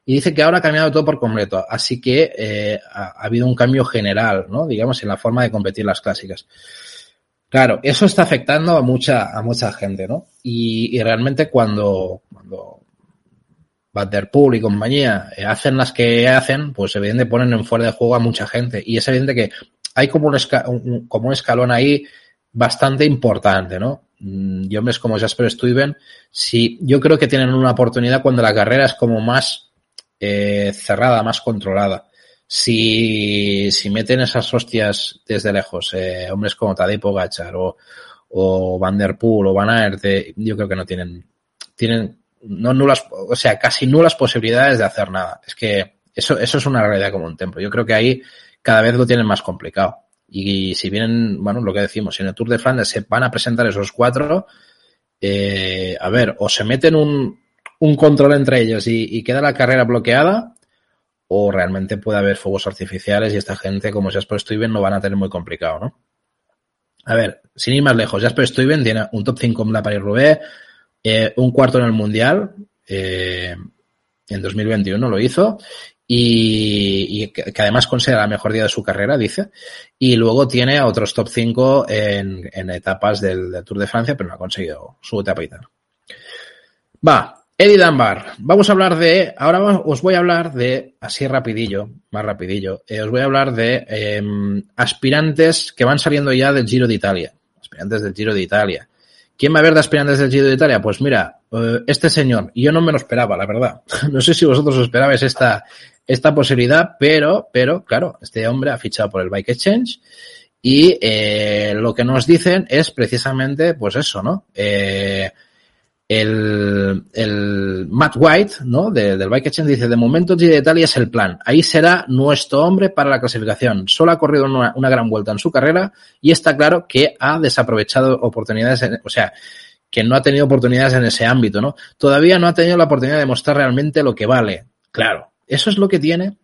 Y dice que ahora ha cambiado todo por completo, así que ha habido un cambio general, ¿no? Digamos, en la forma de competir las clásicas. Claro, eso está afectando a mucha gente, ¿no? Y realmente cuando Van der Poel y compañía hacen las que hacen, pues evidentemente ponen en fuera de juego a mucha gente. Y es evidente que hay como un escalón ahí bastante importante, ¿no? Y hombres como Jasper Stuyven, sí, yo creo que tienen una oportunidad cuando la carrera es como más cerrada, más controlada. Si meten esas hostias desde lejos, hombres como Tadej Pogačar o Van der Poel o Van Aert, yo creo que no tienen no nulas, o sea, casi nulas posibilidades de hacer nada. Es que eso es una realidad como un templo. Yo creo que ahí cada vez lo tienen más complicado. Y si vienen, bueno, lo que decimos, si en el Tour de Flandes se van a presentar esos 4, a ver, o se meten un control entre ellos y queda la carrera bloqueada, o realmente puede haber fuegos artificiales y esta gente, como Jasper Stuyven, lo van a tener muy complicado, ¿no? A ver, sin ir más lejos, Jasper Stuyven tiene un top 5 en la Paris-Roubaix, un cuarto en el Mundial, en 2021 lo hizo, y que además considera la mejor día de su carrera, dice, y luego tiene otros top 5 en etapas del Tour de Francia, pero no ha conseguido su etapa y tal. Eddie Dunbar, vamos a hablar ahora os voy a hablar de, así rapidillo, más rapidillo, os voy a hablar de aspirantes que van saliendo ya del Giro de Italia, aspirantes del Giro de Italia. ¿Quién va a haber de aspirantes del Giro de Italia? Pues mira, este señor, y yo no me lo esperaba, la verdad. No sé si vosotros os esperabais esta posibilidad, pero, claro, este hombre ha fichado por el Bike Exchange y lo que nos dicen es precisamente, pues eso, ¿no? El Matt White, ¿no? Del Bike Exchange dice, de momento el Giro de Italia es el plan. Ahí será nuestro hombre para la clasificación. Solo ha corrido una gran vuelta en su carrera y está claro que ha desaprovechado oportunidades, o sea, que no ha tenido oportunidades en ese ámbito, ¿no? Todavía no ha tenido la oportunidad de mostrar realmente lo que vale. Claro, eso es lo que tiene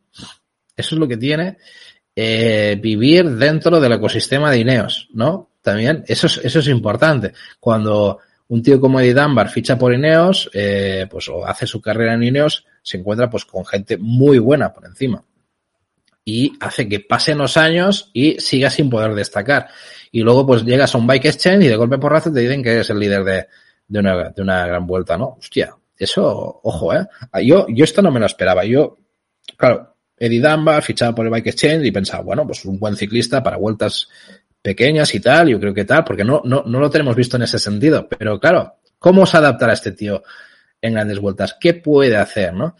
vivir dentro del ecosistema de Ineos, ¿no? También, eso es importante. Cuando un tío como Eddie Dunbar ficha por Ineos, pues o hace su carrera en Ineos, se encuentra pues con gente muy buena por encima. Y hace que pasen los años y siga sin poder destacar. Y luego pues llegas a un Bike Exchange y de golpe porrazo te dicen que eres el líder de una gran vuelta, ¿no? Hostia, eso, ojo, Yo esto no me lo esperaba. Claro, Eddie Dunbar fichado por el Bike Exchange y pensaba, bueno, pues un buen ciclista para vueltas pequeñas y tal, yo creo que tal, porque no lo tenemos visto en ese sentido. Pero claro, ¿cómo se adaptará este tío en grandes vueltas? ¿Qué puede hacer, no?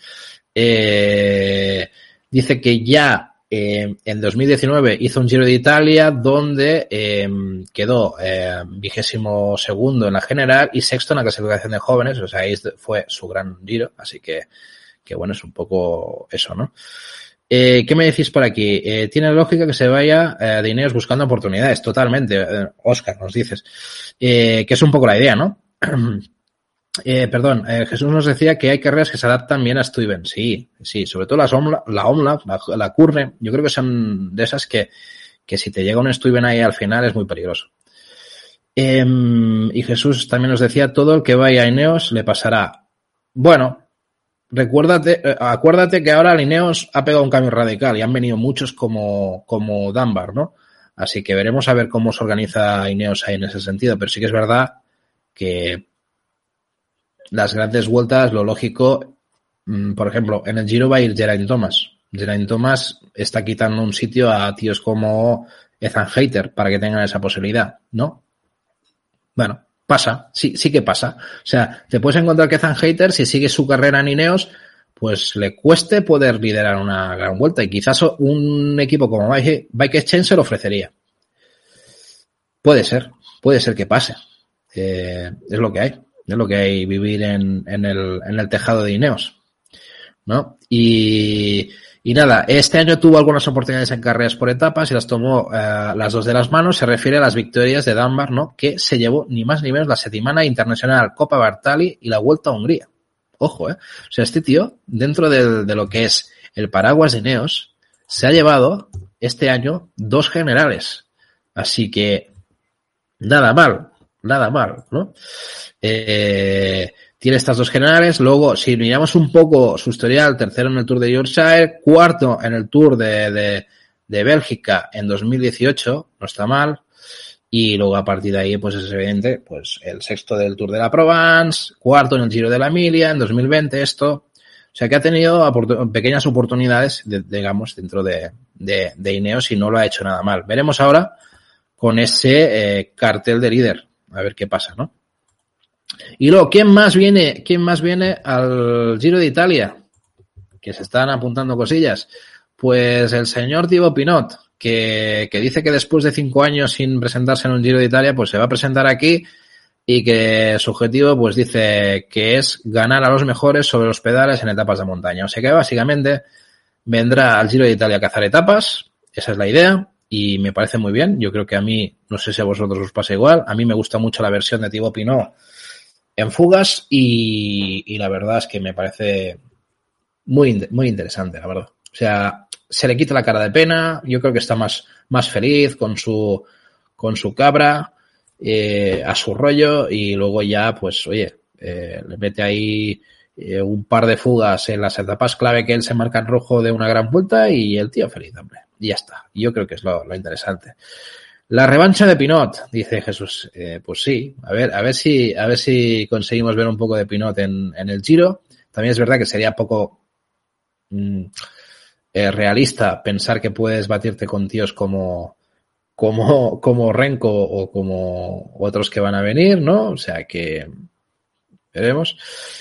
Dice que ya en 2019 hizo un Giro de Italia donde quedó 22º en la general y sexto en la clasificación de jóvenes, o sea, ahí fue su gran Giro, así que bueno, es un poco eso, ¿no? ¿Qué me decís por aquí? Tiene lógica que se vaya de Ineos buscando oportunidades, totalmente. Óscar, nos dices. Que es un poco la idea, ¿no? Jesús nos decía que hay carreras que se adaptan bien a Stuyven. Sí, sobre todo la Kurne, yo creo que son de esas que si te llega un Stuyven ahí al final es muy peligroso. Y Jesús también nos decía, todo el que vaya a Ineos le pasará. Bueno, acuérdate que ahora Ineos ha pegado un cambio radical y han venido muchos como Dunbar, ¿no? Así que veremos a ver cómo se organiza Ineos ahí en ese sentido, pero sí que es verdad que las grandes vueltas, lo lógico, por ejemplo, en el Giro va a ir Geraint Thomas. Geraint Thomas está quitando un sitio a tíos como Ethan Hayter para que tengan esa posibilidad, ¿no? Bueno, pasa, sí que pasa. O sea, te puedes encontrar que Ethan Hayter, si sigue su carrera en Ineos, pues le cueste poder liderar una gran vuelta y quizás un equipo como Bike Exchange se lo ofrecería. Puede ser que pase. Es lo que hay. Es lo que hay vivir en el tejado de Ineos, ¿no? Y nada, este año tuvo algunas oportunidades en carreras por etapas y las tomó las dos de las manos. Se refiere a las victorias de Dunbar, ¿no? Que se llevó ni más ni menos la Settimana Internacional, Copa Bartali y la Vuelta a Hungría. Ojo, O sea, este tío, dentro de lo que es el paraguas de Ineos, se ha llevado este año 2 generales. Así que nada mal, ¿no? tiene estas dos generales. Luego, si miramos un poco su historial, tercero en el Tour de Yorkshire, cuarto en el Tour de Bélgica en 2018, no está mal. Y luego a partir de ahí, pues es evidente, pues el sexto del Tour de la Provence, cuarto en el Giro de la Emilia en 2020, esto. O sea que ha tenido pequeñas oportunidades, digamos, dentro de Ineos y no lo ha hecho nada mal. Veremos ahora con ese cartel de líder, a ver qué pasa, ¿no? Y luego, ¿quién más viene al Giro de Italia? Que se están apuntando cosillas. Pues el señor Thibaut Pinot, que dice que después de 5 años sin presentarse en un Giro de Italia, pues se va a presentar aquí y que su objetivo, pues dice que es ganar a los mejores sobre los pedales en etapas de montaña. O sea que básicamente vendrá al Giro de Italia a cazar etapas, esa es la idea, y me parece muy bien. Yo creo que a mí, no sé si a vosotros os pasa igual, a mí me gusta mucho la versión de Thibaut Pinot en fugas y la verdad es que me parece muy interesante, la verdad. O sea, se le quita la cara de pena, yo creo que está más feliz con su cabra, a su rollo, y luego ya, pues, oye, le mete ahí un par de fugas en las etapas clave que él se marca en rojo de una gran vuelta y el tío feliz, hombre. Y ya está. Yo creo que es lo interesante. La revancha de Pinot, dice Jesús. Pues sí, a ver si conseguimos ver un poco de Pinot en el Giro. También es verdad que sería poco realista pensar que puedes batirte con tíos como Renko o como otros que van a venir, ¿no? O sea que veremos.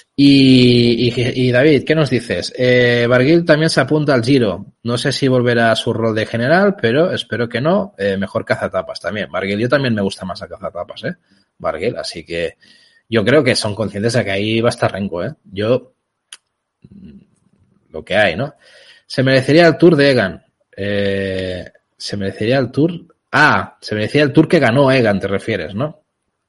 Y David, ¿qué nos dices? Barguil también se apunta al Giro. No sé si volverá a su rol de general, pero espero que no. Mejor cazatapas también. Barguil, yo también me gusta más a cazatapas, Barguil, así que yo creo que son conscientes de que ahí va a estar Renko, Yo, lo que hay, ¿no? Se merecería el Tour de Egan. Se merecería el Tour... se merecía el Tour que ganó Egan, te refieres, ¿no?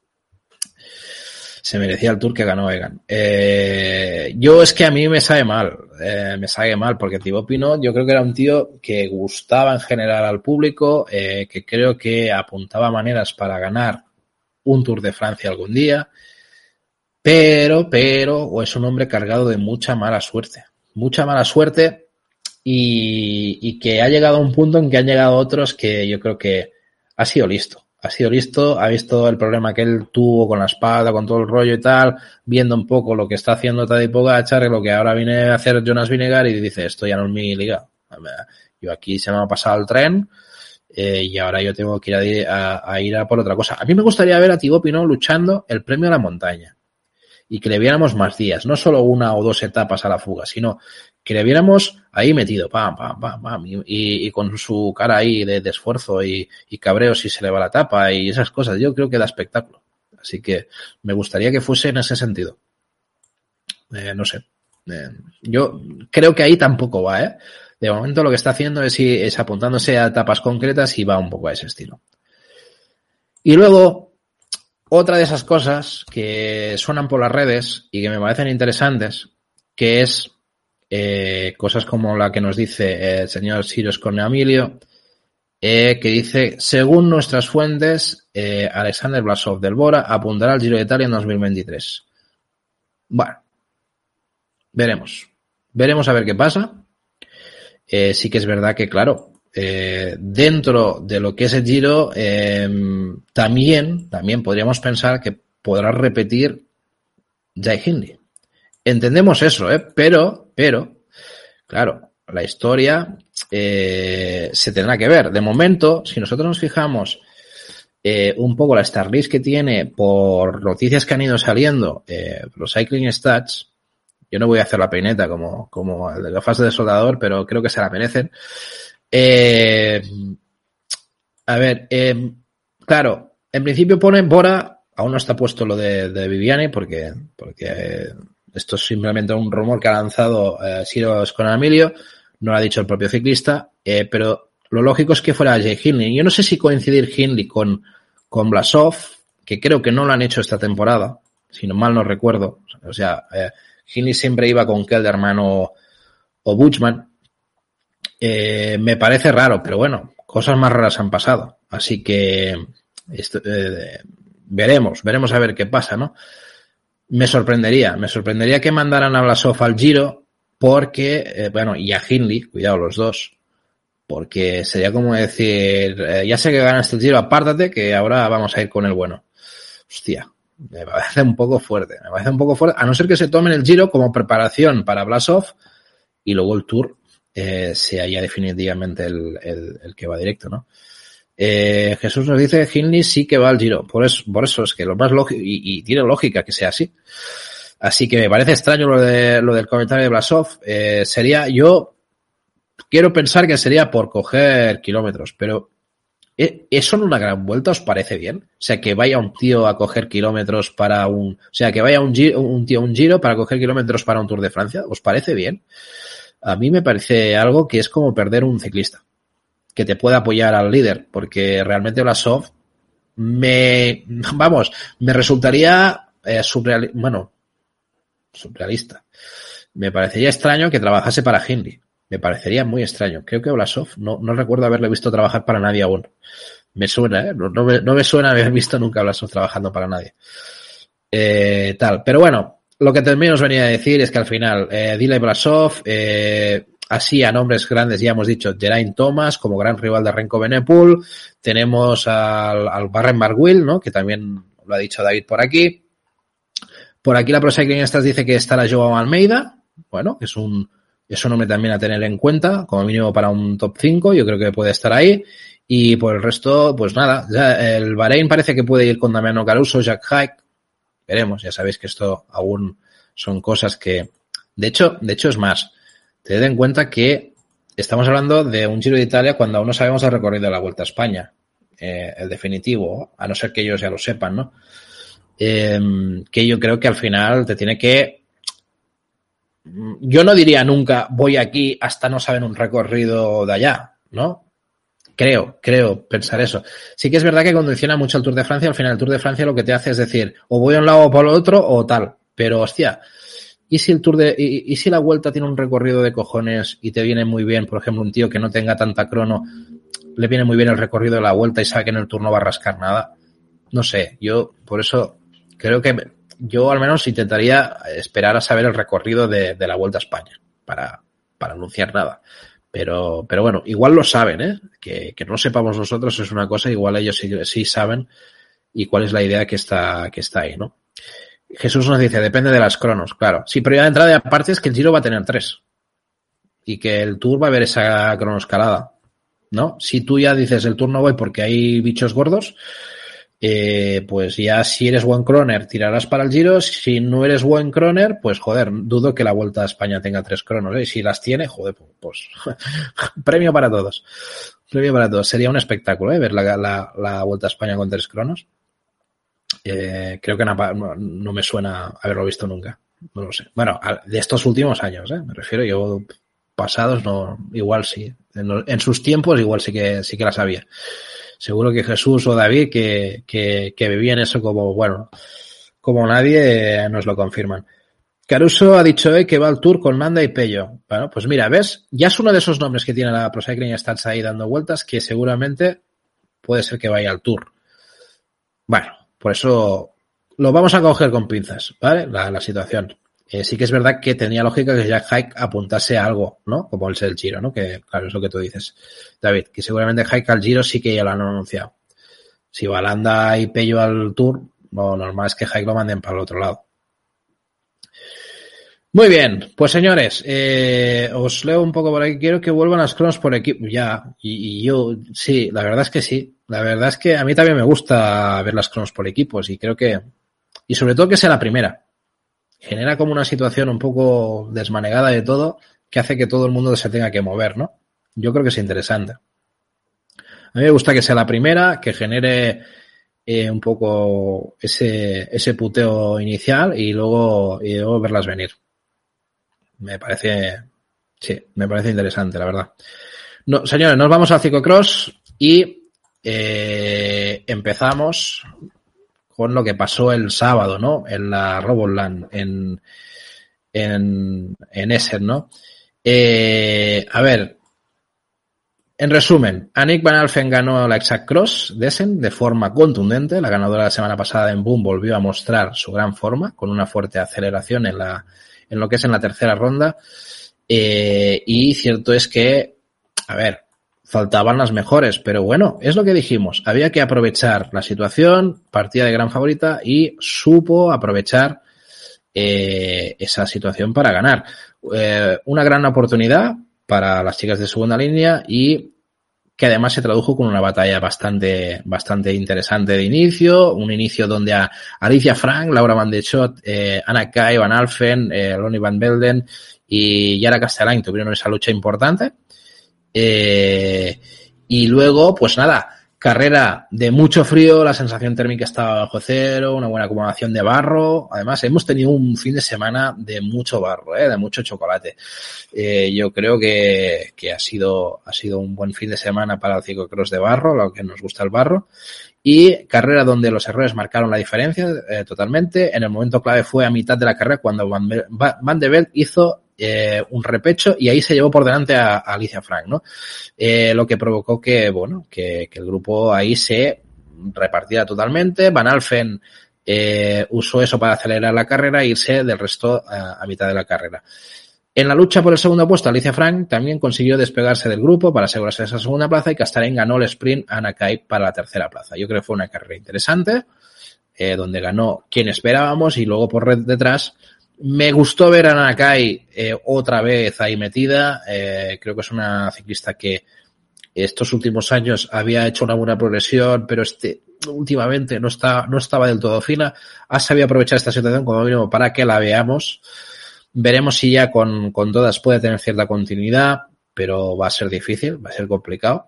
Se merecía el Tour que ganó Egan. Yo es que a mí me sabe mal porque Thibaut Pinot yo creo que era un tío que gustaba en general al público, que creo que apuntaba maneras para ganar un Tour de Francia algún día, pero es un hombre cargado de mucha mala suerte y que ha llegado a un punto en que han llegado otros que yo creo que ha sido listo, ha visto el problema que él tuvo con la espalda, con todo el rollo y tal, viendo un poco lo que está haciendo Tadej Pogačar, lo que ahora viene a hacer Jonas Vingegaard y dice, esto ya no es mi liga, yo aquí se me ha pasado el tren y ahora yo tengo que ir a ir a por otra cosa. A mí me gustaría ver a Thibaut Pinot luchando el premio a la montaña y que le viéramos más días, no solo 1 o 2 etapas a la fuga, sino que le viéramos ahí metido, pam, y con su cara ahí de esfuerzo y cabreo si se le va la tapa y esas cosas. Yo creo que da espectáculo. Así que me gustaría que fuese en ese sentido. No sé. Yo creo que ahí tampoco va, De momento lo que está haciendo es apuntándose a etapas concretas y va un poco a ese estilo. Y luego, otra de esas cosas que suenan por las redes y que me parecen interesantes, que es cosas como la que nos dice el señor Sirius Corneamilio, que dice, según nuestras fuentes, Alexander Blasov del Bora apuntará al Giro de Italia en 2023. Bueno, veremos a ver qué pasa. Sí que es verdad que, claro, dentro de lo que es el Giro, también podríamos pensar que podrá repetir Jai Hindley. Entendemos eso, pero, claro, la historia se tendrá que ver. De momento, si nosotros nos fijamos un poco la Star List que tiene por noticias que han ido saliendo, los Cycling Stats, yo no voy a hacer la peineta como el de la fase de soldador, pero creo que se la merecen. Claro, en principio pone Bora, aún no está puesto lo de Viviani porque esto es simplemente un rumor que ha lanzado Sirius Corneamilio, no lo ha dicho el propio ciclista, pero lo lógico es que fuera Jai Hindley. Yo no sé si coincidir Hindley con Blasov, que creo que no lo han hecho esta temporada, si no mal no recuerdo. O sea, Hindley siempre iba con Kelderman o Buchmann. Me parece raro, pero bueno, cosas más raras han pasado. Así que veremos a ver qué pasa, ¿no? Me sorprendería que mandaran a Blasov al Giro porque, bueno, y a Hindley, cuidado los dos, porque sería como decir, ya sé que ganas el Giro, apártate que ahora vamos a ir con el bueno. Hostia, me parece un poco fuerte, a no ser que se tomen el Giro como preparación para Blasov y luego el Tour sea ya definitivamente el que va directo, ¿no? Jesús nos dice Hindley sí que va al Giro, por eso es que lo más lógico, y tiene lógica que sea así. Así que me parece extraño lo del comentario de Blasov. Yo quiero pensar que sería por coger kilómetros, pero ¿eso en una gran vuelta os parece bien? O sea, que vaya un tío a coger kilómetros para que vaya un tío a un Giro para coger kilómetros para un Tour de Francia, ¿os parece bien? A mí me parece algo que es como perder un ciclista que te pueda apoyar al líder, porque realmente Blasov me resultaría surrealista. Me parecería extraño que trabajase para Hindley. Me parecería muy extraño. Creo que Blasov no recuerdo haberle visto trabajar para nadie aún. Me suena, no me suena haber visto nunca a Blasov trabajando para nadie. Pero bueno, lo que también os venía a decir es que al final, Dila y Blasov, así a nombres grandes ya hemos dicho Geraint Thomas como gran rival de Renko Evenepoel, tenemos al Barren Barguil, ¿no? Que también lo ha dicho David por aquí. Por aquí la Pro Cycling Stats dice que estará Joao Almeida, bueno, es un nombre también a tener en cuenta, como mínimo para un top 5, yo creo que puede estar ahí. Y por el resto, pues nada, ya el Bahrein parece que puede ir con Damiano Caruso, Jack Haig, veremos, ya sabéis que esto aún son cosas que, de hecho es más, tened en cuenta que estamos hablando de un Giro de Italia cuando aún no sabemos el recorrido de la Vuelta a España, el definitivo, a no ser que ellos ya lo sepan, ¿no? Que yo creo que al final te tiene que, yo no diría nunca voy aquí hasta no saber un recorrido de allá, ¿no? Creo pensar eso. Sí que es verdad que condiciona mucho el Tour de Francia, al final el Tour de Francia lo que te hace es decir, o voy a un lado o por el otro o tal, pero hostia, ¿y si y si la Vuelta tiene un recorrido de cojones y te viene muy bien, por ejemplo, un tío que no tenga tanta crono, le viene muy bien el recorrido de la Vuelta y sabe que en el Tour no va a rascar nada? No sé, yo por eso creo que yo al menos intentaría esperar a saber el recorrido de la Vuelta a España para anunciar nada. Pero bueno, igual lo saben, que no sepamos nosotros es una cosa, igual ellos sí saben y cuál es la idea que está ahí, ¿no? Jesús nos dice, depende de las cronos, claro. Sí, pero ya de entrada, aparte es que el Giro va a tener 3 y que el Tour va a haber esa cronoescalada, ¿no? Si tú ya dices el Tour no voy porque hay bichos gordos, pues ya si eres buen croner tirarás para el Giro, si no eres buen croner, pues joder, dudo que la Vuelta a España tenga 3 cronos, y si las tiene, joder, pues premio para todos, sería un espectáculo, ver la Vuelta a España con 3 cronos. Creo que no me suena haberlo visto nunca, no lo sé, bueno, de estos últimos años, me refiero, yo pasados no, igual sí, en sus tiempos igual sí que las había. Seguro que Jesús o David, que vivían eso como nadie, nos lo confirman. Caruso ha dicho que va al Tour con Landa y Pello. Bueno, pues mira, ¿ves? Ya es uno de esos nombres que tiene la Pro Cycling Stats ahí dando vueltas que seguramente puede ser que vaya al Tour. Bueno, por eso lo vamos a coger con pinzas, ¿vale? La situación. Sí que es verdad que tenía lógica que Jack Haig apuntase a algo, ¿no? Como el Giro, ¿no? Que claro, es lo que tú dices, David, que seguramente Haig al Giro sí que ya lo han anunciado. Si va Landa y Pello al Tour, lo normal es que Haig lo manden para el otro lado. Muy bien, pues señores, os leo un poco por aquí. Quiero que vuelvan las cronos por equipo. Ya, y yo, sí, la verdad es que sí. La verdad es que a mí también me gusta ver las cronos por equipos y creo que, y sobre todo que sea la primera. Genera como una situación un poco desmanegada de todo que hace que todo el mundo se tenga que mover, ¿no? Yo creo que es interesante. A mí me gusta que sea la primera, que genere un poco ese puteo inicial y luego verlas venir. Me parece interesante, la verdad. No, señores, nos vamos al ciclocross y empezamos con lo que pasó el sábado, ¿no? En la Roboland, en Essen, ¿no? A ver, En resumen, Annemiek van Alphen ganó la Exact Cross de Essen de forma contundente. La ganadora la semana pasada en Boom volvió a mostrar su gran forma con una fuerte aceleración en lo que es en la tercera ronda. Y cierto es que, a ver, faltaban las mejores, pero bueno, es lo que dijimos. Había que aprovechar la situación, partida de gran favorita y supo aprovechar esa situación para ganar. Una gran oportunidad para las chicas de segunda línea y que además se tradujo con una batalla bastante interesante de inicio, un inicio donde a Alicia Frank, Laura Van de Schot, Anna Kai, Van Alphen, Lonnie Van Belden y Yara Castellain tuvieron esa lucha importante. Y luego, pues nada, carrera de mucho frío, la sensación térmica estaba bajo cero, una buena acomodación de barro. Además, hemos tenido un fin de semana de mucho barro, de mucho chocolate. Yo creo que ha sido un buen fin de semana para el ciclocross de barro, lo que nos gusta el barro. Y carrera donde los errores marcaron la diferencia totalmente. En el momento clave fue a mitad de la carrera cuando Van de Velde hizo un repecho y ahí se llevó por delante a Alicia Frank, ¿no? Lo que provocó que el grupo ahí se repartiera totalmente. Van Alphen usó eso para acelerar la carrera e irse del resto a mitad de la carrera. En la lucha por el segundo puesto, Alicia Frank también consiguió despegarse del grupo para asegurarse esa segunda plaza y Castellain ganó el sprint a Anna Kai para la tercera plaza. Yo creo que fue una carrera interesante, donde ganó quien esperábamos y luego por detrás. Me gustó ver a Anna Kai otra vez ahí metida. Creo que es una ciclista que estos últimos años había hecho una buena progresión, pero últimamente no estaba del todo fina. Ha sabido aprovechar esta situación como mínimo para que la veamos. Veremos si ya con todas puede tener cierta continuidad, pero va a ser difícil, va a ser complicado.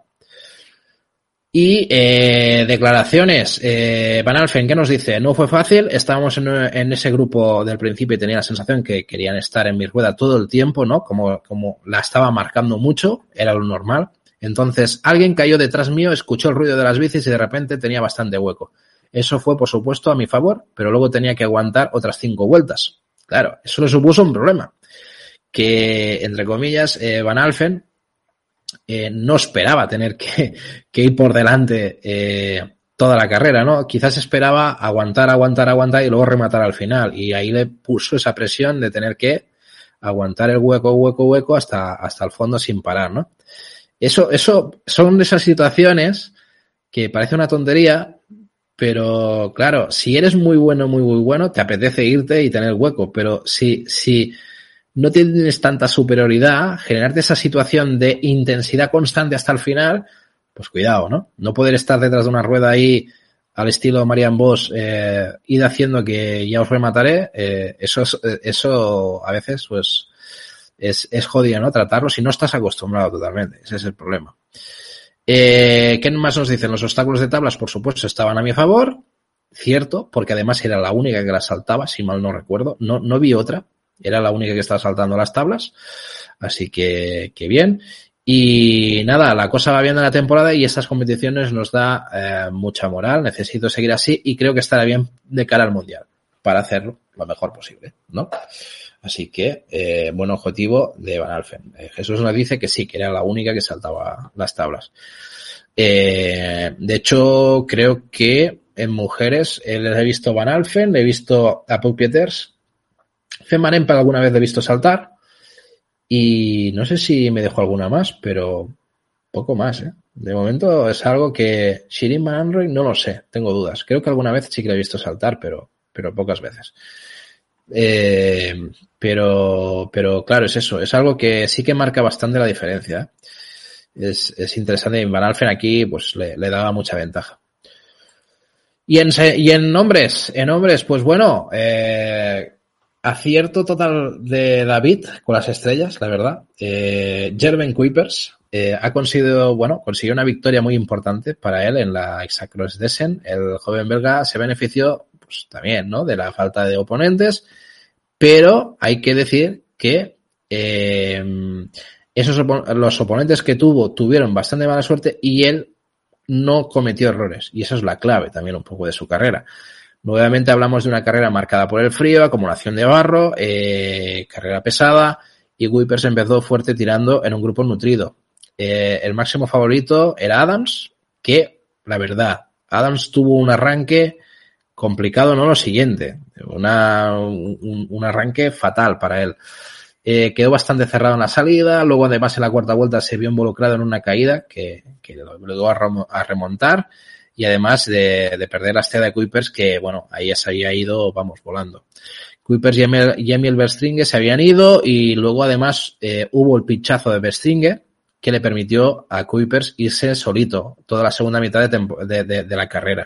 Y declaraciones. Van Alphen, ¿qué nos dice? No fue fácil, estábamos en ese grupo del principio y tenía la sensación que querían estar en mi rueda todo el tiempo, ¿no? Como la estaba marcando mucho, era lo normal. Entonces, alguien cayó detrás mío, escuchó el ruido de las bicis y de repente tenía bastante hueco. Eso fue, por supuesto, a mi favor, pero luego tenía que aguantar otras 5 vueltas. Claro, eso le supuso un problema. Que, entre comillas, Van Alphen no esperaba tener que ir por delante toda la carrera, ¿no? Quizás esperaba aguantar y luego rematar al final. Y ahí le puso esa presión de tener que aguantar el hueco hasta el fondo sin parar, ¿no? Eso son de esas situaciones que parece una tontería, pero claro, si eres muy bueno, te apetece irte y tener hueco, pero si no tienes tanta superioridad, generarte esa situación de intensidad constante hasta el final, pues cuidado, ¿no? No poder estar detrás de una rueda ahí al estilo Marianne Vos, id haciendo que ya os remataré, eso a veces pues es jodido, ¿no? Tratarlo si no estás acostumbrado totalmente, ese es el problema. ¿Qué más nos dicen? Los obstáculos de tablas, por supuesto, estaban a mi favor, cierto, porque además era la única que las saltaba, si mal no recuerdo, no vi otra, era la única que estaba saltando las tablas, así que bien. Y nada, la cosa va bien en la temporada y estas competiciones nos da mucha moral, necesito seguir así y creo que estará bien de cara al Mundial para hacerlo lo mejor posible, ¿no? Así que, buen objetivo de Van Alphen. Jesús nos dice que sí, que era la única que saltaba las tablas. De hecho, creo que en mujeres les he visto Van Alphen, le he visto a Pau Pieters, Femma Empel alguna vez le he visto saltar y no sé si me dejo alguna más, pero poco más, ¿eh? De momento es algo que Shirin Van Anrooy no lo sé, tengo dudas. Creo que alguna vez sí que le he visto saltar, pero pocas veces. Pero claro, es eso, es algo que sí que marca bastante la diferencia. Es interesante. Y Van Alphen aquí pues le daba mucha ventaja. Y en hombres, pues bueno, acierto total de David con las estrellas, la verdad. Gerben Kuipers consiguió una victoria muy importante para él en la Exact Cross de Essen. El joven belga se benefició pues también, ¿no?, de la falta de oponentes, pero hay que decir que los oponentes que tuvieron bastante mala suerte y él no cometió errores, y eso es la clave también un poco de su carrera. Nuevamente hablamos de una carrera marcada por el frío, acumulación de barro, carrera pesada, y Kuipers empezó fuerte tirando en un grupo nutrido. el máximo favorito era Adams, que, la verdad, Adams tuvo un arranque complicado, no lo siguiente, un arranque fatal para él. Quedó bastante cerrado en la salida, luego además en la cuarta vuelta se vio involucrado en una caída que lo obligó a remontar, y además de perder la estrella de Kuipers, que bueno, ahí se había ido, vamos, volando. Kuipers y Emil Verstringe se habían ido, y luego además hubo el pinchazo de Verstringe que le permitió a Kuipers irse solito toda la segunda mitad de la carrera.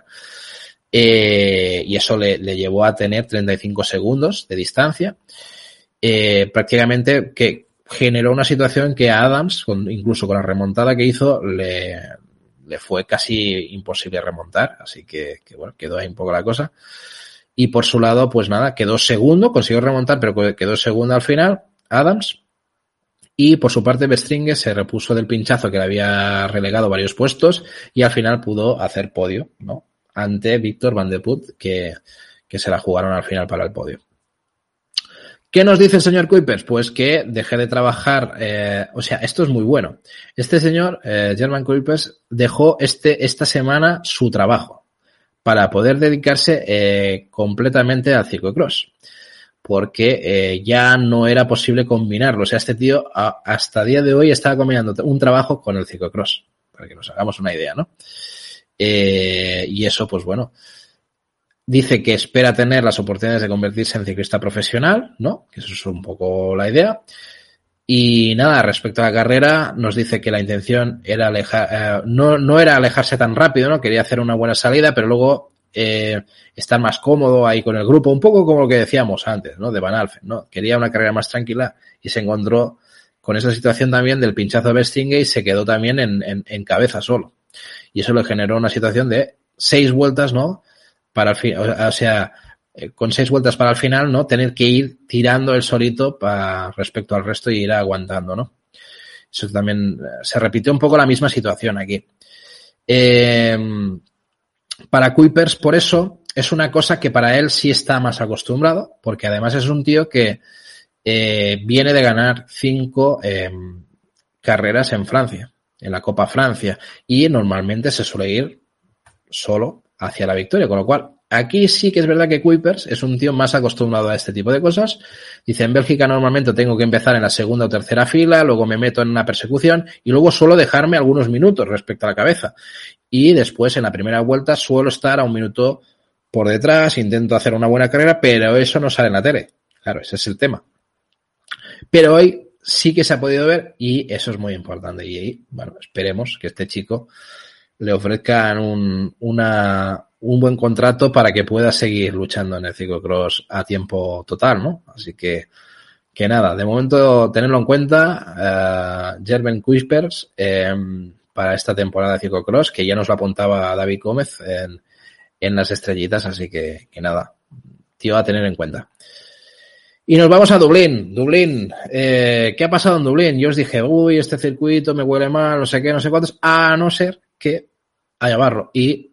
Y eso le llevó a tener 35 segundos de distancia. Prácticamente que generó una situación que a Adams, incluso con la remontada que hizo, le fue casi imposible remontar, así que bueno, quedó ahí un poco la cosa. Y por su lado, pues nada, quedó segundo, consiguió remontar, pero quedó segundo al final, Adams. Y por su parte, Verstringe se repuso del pinchazo que le había relegado varios puestos y al final pudo hacer podio, ¿no? Ante Victor Van der Poel, que se la jugaron al final para el podio. ¿Qué nos dice el señor Kuipers? Pues que deje de trabajar, o sea, esto es muy bueno. Este señor, German Kuipers, dejó esta semana su trabajo para poder dedicarse completamente al ciclocross, porque ya no era posible combinarlo. O sea, este tío hasta día de hoy estaba combinando un trabajo con el ciclocross, para que nos hagamos una idea, ¿no? Y eso, pues bueno, dice que espera tener las oportunidades de convertirse en ciclista profesional, ¿no? Que eso es un poco la idea. Y nada, respecto a la carrera, nos dice que la intención era no era alejarse tan rápido, ¿no? Quería hacer una buena salida, pero luego estar más cómodo ahí con el grupo, un poco como lo que decíamos antes, ¿no? De Van Alphen, ¿no? Quería una carrera más tranquila y se encontró con esa situación también del pinchazo de Verstringe y se quedó también en cabeza solo. Y eso le generó una situación de 6 vueltas, ¿no? Para el fin, o sea, con 6 vueltas para el final, ¿no? Tener que ir tirando el solito respecto al resto y ir aguantando, ¿no? Eso también se repitió un poco la misma situación aquí. Para Kuipers, por eso, es una cosa que para él sí está más acostumbrado, porque además es un tío que viene de ganar 5 carreras en Francia, en la Copa Francia, y normalmente se suele ir solo hacia la victoria, con lo cual aquí sí que es verdad que Kuipers es un tío más acostumbrado a este tipo de cosas. Dice, en Bélgica normalmente tengo que empezar en la segunda o tercera fila, luego me meto en una persecución y luego suelo dejarme algunos minutos respecto a la cabeza. Y después en la primera vuelta suelo estar a un minuto por detrás, intento hacer una buena carrera, pero eso no sale en la tele. Claro, ese es el tema. Pero hoy sí que se ha podido ver y eso es muy importante. Y bueno, esperemos que este chico le ofrezcan un buen contrato para que pueda seguir luchando en el ciclocross a tiempo total, ¿no? Así que nada, de momento tenerlo en cuenta, Gerben Kuipers, para esta temporada de ciclocross, que ya nos lo apuntaba David Gómez en las estrellitas, así que nada, tío a tener en cuenta. Y nos vamos a Dublín. Dublín, ¿qué ha pasado en Dublín? Yo os dije, uy, este circuito me huele mal, no sé qué, no sé cuántos, a no ser que haya barro. Y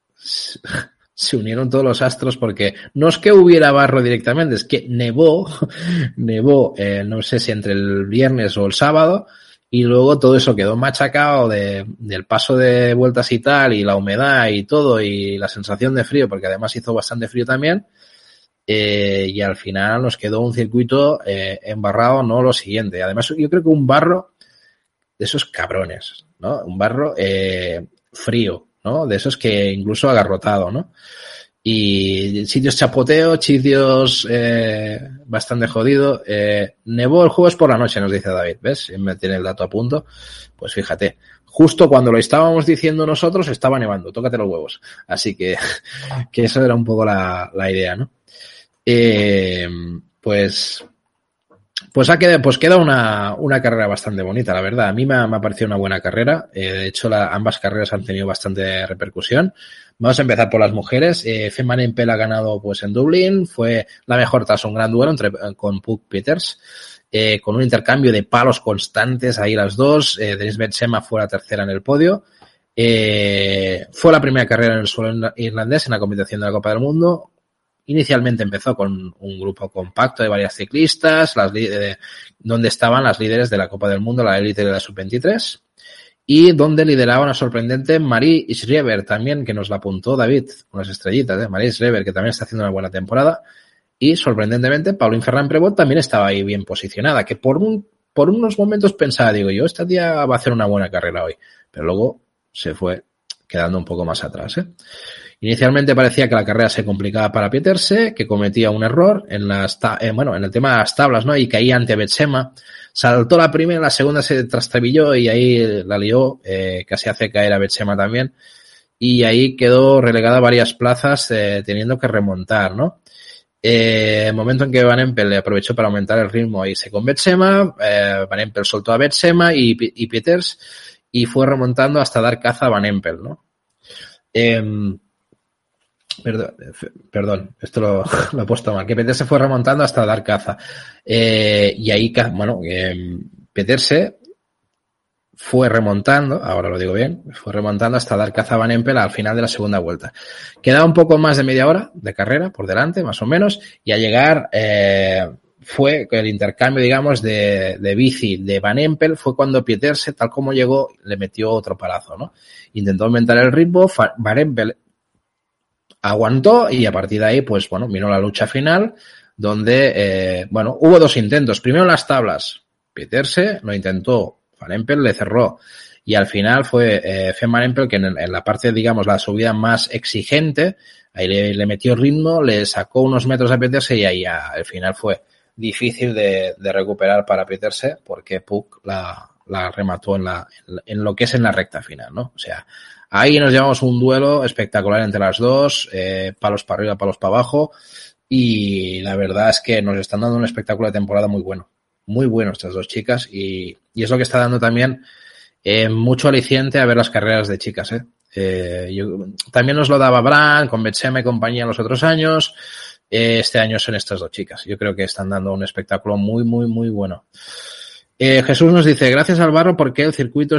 se unieron todos los astros porque no es que hubiera barro directamente, es que nevó, no sé si entre el viernes o el sábado, y luego todo eso quedó machacado del paso de vueltas y tal, y la humedad y todo, y la sensación de frío, porque además hizo bastante frío también, y al final nos quedó un circuito embarrado, no lo siguiente. Además, yo creo que un barro de esos cabrones, ¿no? Un barro frío, ¿no? De esos que incluso agarrotado, ¿no? Y sitios chapoteo, sitios bastante jodido. Nevó el jueves por la noche, nos dice David, ¿ves? Me tiene el dato a punto. Pues fíjate, justo cuando lo estábamos diciendo nosotros estaba nevando, tócate los huevos. Así que eso era un poco la idea, ¿no? Pues queda una carrera bastante bonita, la verdad. A mí me ha parecido una buena carrera. De hecho, ambas carreras han tenido bastante repercusión. Vamos a empezar por las mujeres. Femman Empel ha ganado pues en Dublín. Fue la mejor tras un gran duelo con Puck Peters. Con un intercambio de palos constantes ahí las dos. Denise Benzema fue la tercera en el podio. Fue la primera carrera en el suelo irlandés en la competición de la Copa del Mundo. Inicialmente empezó con un grupo compacto de varias ciclistas, donde estaban las líderes de la Copa del Mundo, la élite de la Sub-23, y donde lideraba una sorprendente Marie Schreiber también, que nos la apuntó David, unas estrellitas, Marie Schreiber, que también está haciendo una buena temporada, y sorprendentemente Pauline Ferrand-Prévot también estaba ahí bien posicionada, que por unos momentos pensaba, digo yo, esta tía va a hacer una buena carrera hoy, pero luego se fue quedando un poco más atrás, Inicialmente parecía que la carrera se complicaba para Pieterse, que cometía un error en el tema de las tablas, ¿no? Y caía ante Betsema. Saltó la primera, la segunda se trastabilló y ahí la lió, casi hace caer a Betsema también. Y ahí quedó relegada varias plazas, teniendo que remontar, ¿no? El momento en que Van Empel le aprovechó para aumentar el ritmo y se con Betsema, Van Empel soltó a Betsema y Pieters y fue remontando hasta dar caza a Van Empel, ¿no? Perdón, esto lo he puesto mal. Que Peterse fue remontando hasta dar caza. Y ahí, Peterse fue remontando, ahora lo digo bien, fue remontando hasta dar caza a Van Empel al final de la segunda vuelta. Quedaba un poco más de media hora de carrera por delante, más o menos, y al llegar fue el intercambio, digamos, de bici de Van Empel, fue cuando Pieterse, tal como llegó, le metió otro palazo, ¿no? Intentó aumentar el ritmo, Van Empel aguantó y a partir de ahí, pues bueno, vino la lucha final donde, hubo dos intentos. Primero en las tablas, Pieterse lo intentó, Van Empel le cerró y al final fue Van Empel que en la parte, digamos, la subida más exigente, ahí le metió ritmo, le sacó unos metros a Pieterse y ahí al final fue difícil de recuperar para Pieterse porque Puig la remató en lo que es en la recta final, ¿no? O sea, ahí nos llevamos un duelo espectacular entre las dos, palos para arriba, palos para abajo, y la verdad es que nos están dando un espectáculo de temporada muy bueno estas dos chicas, y es lo que está dando también mucho aliciente a ver las carreras de chicas, también nos lo daba Bran, con Betsema y compañía los otros años, este año son estas dos chicas, yo creo que están dando un espectáculo muy bueno. Jesús nos dice, gracias al barro porque el circuito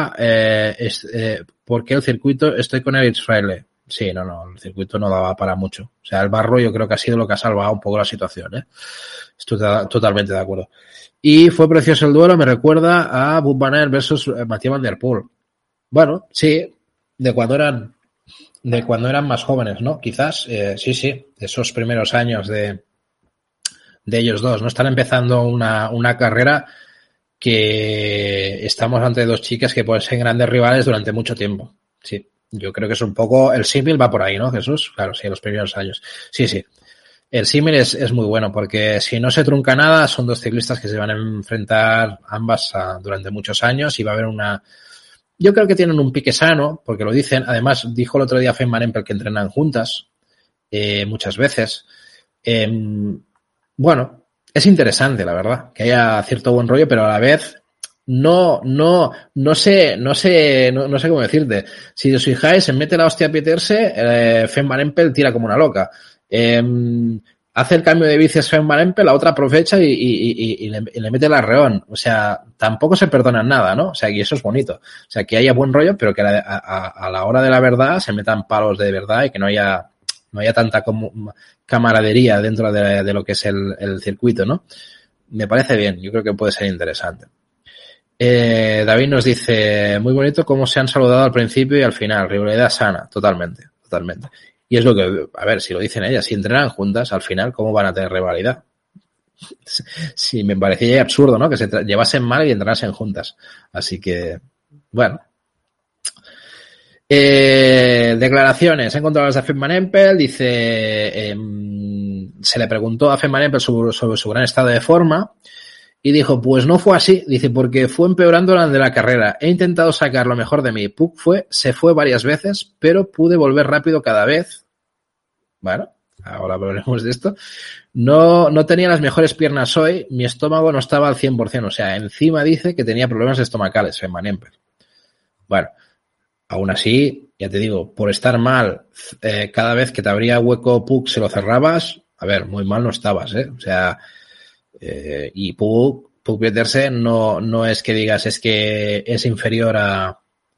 estoy con el Israel. Sí, no, el circuito no daba para mucho. O sea, el barro yo creo que ha sido lo que ha salvado un poco la situación, Estoy totalmente de acuerdo. Y fue precioso el duelo, me recuerda a Wout van Aert versus Mathieu van der Poel. Bueno, sí, de cuando eran más jóvenes, ¿no? Quizás, sí, esos primeros años de ellos dos, ¿no? Están empezando una carrera que estamos ante dos chicas que pueden ser grandes rivales durante mucho tiempo. Sí, yo creo que es un poco, el símil va por ahí, ¿no, Jesús? Claro, sí, los primeros años. Sí. El símil es muy bueno porque si no se trunca nada, son dos ciclistas que se van a enfrentar ambas durante muchos años y va a haber yo creo que tienen un pique sano, porque lo dicen. Además, dijo el otro día Fem Van Empel que entrenan juntas, muchas veces. Es interesante, la verdad, que haya cierto buen rollo, pero a la vez no sé cómo decirte. Si os fijáis, se mete la hostia a Pieterse, Fem Van Empel tira como una loca. Hace el cambio de bicis Fem Van Empel, la otra aprovecha y le mete el arreón. O sea, tampoco se perdonan nada, ¿no? O sea, y eso es bonito. O sea, que haya buen rollo, pero que a la hora de la verdad se metan palos de verdad y que no haya tanta camaradería dentro de lo que es el circuito, ¿no? Me parece bien, yo creo que puede ser interesante. David nos dice, muy bonito cómo se han saludado al principio y al final, rivalidad sana, totalmente. Y es lo que, a ver, si lo dicen ellas, si entrenan juntas, al final, ¿cómo van a tener rivalidad? Sí, me parecía ya absurdo, ¿no? Que se llevasen mal y entrenasen juntas. Así que, bueno. Declaraciones. He encontrado las de Fem Van Empel. Dice, se le preguntó a Fem Van Empel sobre su gran estado de forma y dijo, pues no fue así. Dice, porque fue empeorando durante la carrera. He intentado sacar lo mejor de mí. Puig se fue varias veces, pero pude volver rápido cada vez. Bueno, ahora hablaremos de esto. No tenía las mejores piernas hoy. Mi estómago no estaba al 100%. O sea, encima dice que tenía problemas estomacales, Fem Van Empel. Bueno. Aún así, ya te digo, por estar mal, cada vez que te abría hueco Puig se lo cerrabas, a ver, muy mal no estabas, O sea, y Puig Pieterse no es que digas, es que es inferior a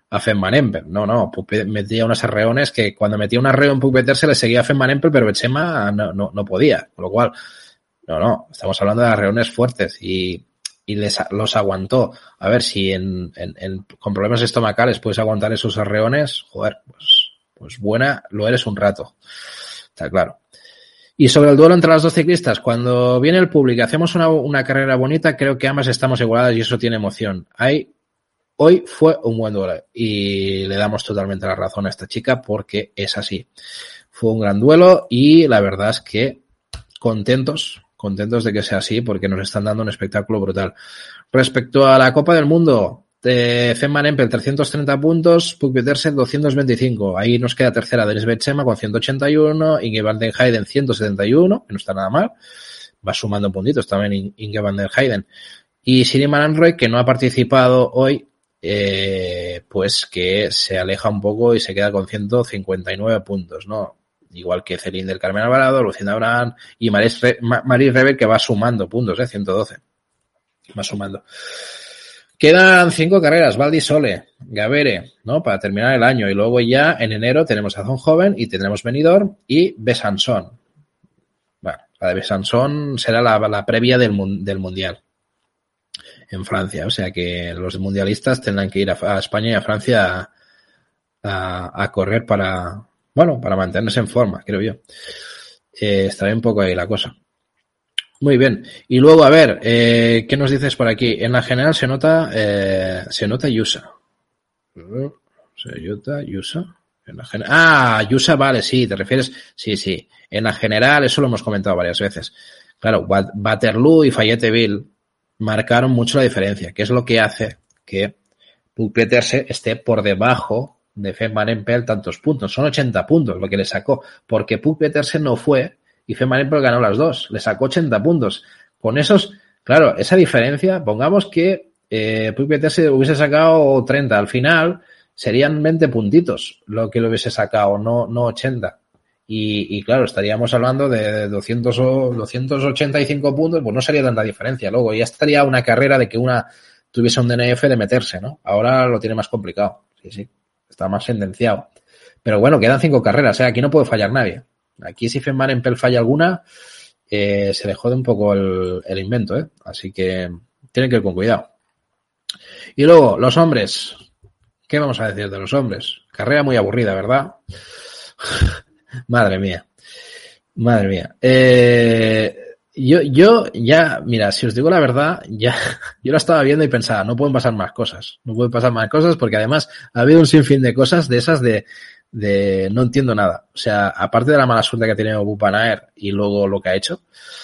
a Femman Empel. No, metía unas arreones que cuando metía un arreo en Puck Peters se le seguía a Femman Empel, pero Betxema no podía. Con lo cual, no, estamos hablando de arreones fuertes y los aguantó. A ver si con problemas estomacales puedes aguantar esos arreones, joder, pues buena, lo eres un rato. Está claro. Y sobre el duelo entre las dos ciclistas, cuando viene el público y hacemos una carrera bonita, creo que ambas estamos igualadas y eso tiene emoción. Hoy fue un buen duelo y le damos totalmente la razón a esta chica porque es así. Fue un gran duelo y la verdad es que contentos de que sea así porque nos están dando un espectáculo brutal. Respecto a la Copa del Mundo, Femman Empel 330 puntos, Puck Pietersen 225. Ahí nos queda tercera Dennis Betxema con 181, Inge van den Heyden 171, que no está nada mal. Va sumando puntitos también Inge van den Heyden. Y Siri Manroy, que no ha participado hoy, pues que se aleja un poco y se queda con 159 puntos, ¿no? Igual que Celine del Carmen Alvarado, Lucinda Abraham y Maris Reber, que va sumando puntos, 112. Va sumando. Quedan 5 carreras, Val di Sole, Gavere, ¿no? Para terminar el año. Y luego ya en enero tenemos a Zonhoven y tendremos Benidorm y Besançon. Bueno, la de Besançon será la previa del Mundial en Francia. O sea que los mundialistas tendrán que ir a España y a Francia a correr para mantenerse en forma, creo yo. Estará un poco ahí la cosa. Muy bien. Y luego, a ver, ¿qué nos dices por aquí? En la general se nota Yusa. Yusa. Yusa, vale, sí, ¿te refieres? Sí. En la general, eso lo hemos comentado varias veces. Claro, Waterloo y Fayetteville marcaron mucho la diferencia, que es lo que hace que Puck Pietersen esté por debajo de Femman Empel tantos puntos. Son 80 puntos lo que le sacó, porque Puck Pietersen no fue y Femman Empel ganó las dos. Le sacó 80 puntos. Con esos, claro, esa diferencia, pongamos que Puck Pietersen hubiese sacado 30. Al final serían 20 puntitos lo que le hubiese sacado, no 80. Y claro, estaríamos hablando de 200 o 285 puntos, pues no sería tanta diferencia. Luego ya estaría una carrera de que una tuviese un DNF de meterse, ¿no? Ahora lo tiene más complicado. Sí. Está más sentenciado. Pero bueno, quedan 5 carreras, aquí no puede fallar nadie. Aquí si Femman Empel falla alguna, se le jode un poco el invento, Así que tienen que ir con cuidado. Y luego, los hombres. ¿Qué vamos a decir de los hombres? Carrera muy aburrida, ¿verdad? Madre mía. Yo ya, mira, si os digo la verdad, ya yo la estaba viendo y pensaba, no pueden pasar más cosas. No pueden pasar más cosas porque además ha habido un sinfín de cosas de esas de no entiendo nada. O sea, aparte de la mala suerte que ha tenido Wout van Aert y luego lo que ha hecho,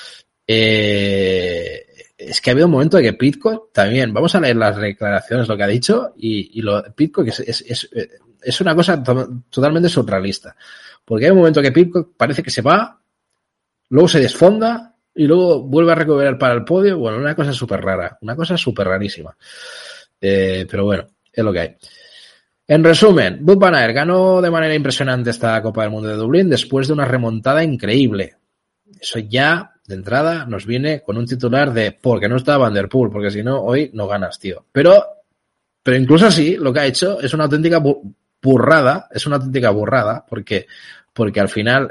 es que ha habido un momento de que Pidcock también, vamos a leer las declaraciones, lo que ha dicho, y Pidcock es una cosa totalmente surrealista. Porque hay un momento que Pidcock parece que se va, luego se desfonda y luego vuelve a recuperar para el podio. Bueno, una cosa súper rara, una cosa súper rarísima. Pero bueno, es lo que hay. En resumen, Wout van Aert ganó de manera impresionante esta Copa del Mundo de Dublín después de una remontada increíble. Eso ya, de entrada, nos viene con un titular de porque no está Van der Poel, porque si no, hoy no ganas, tío. Pero incluso así, lo que ha hecho es una auténtica burrada, porque al final,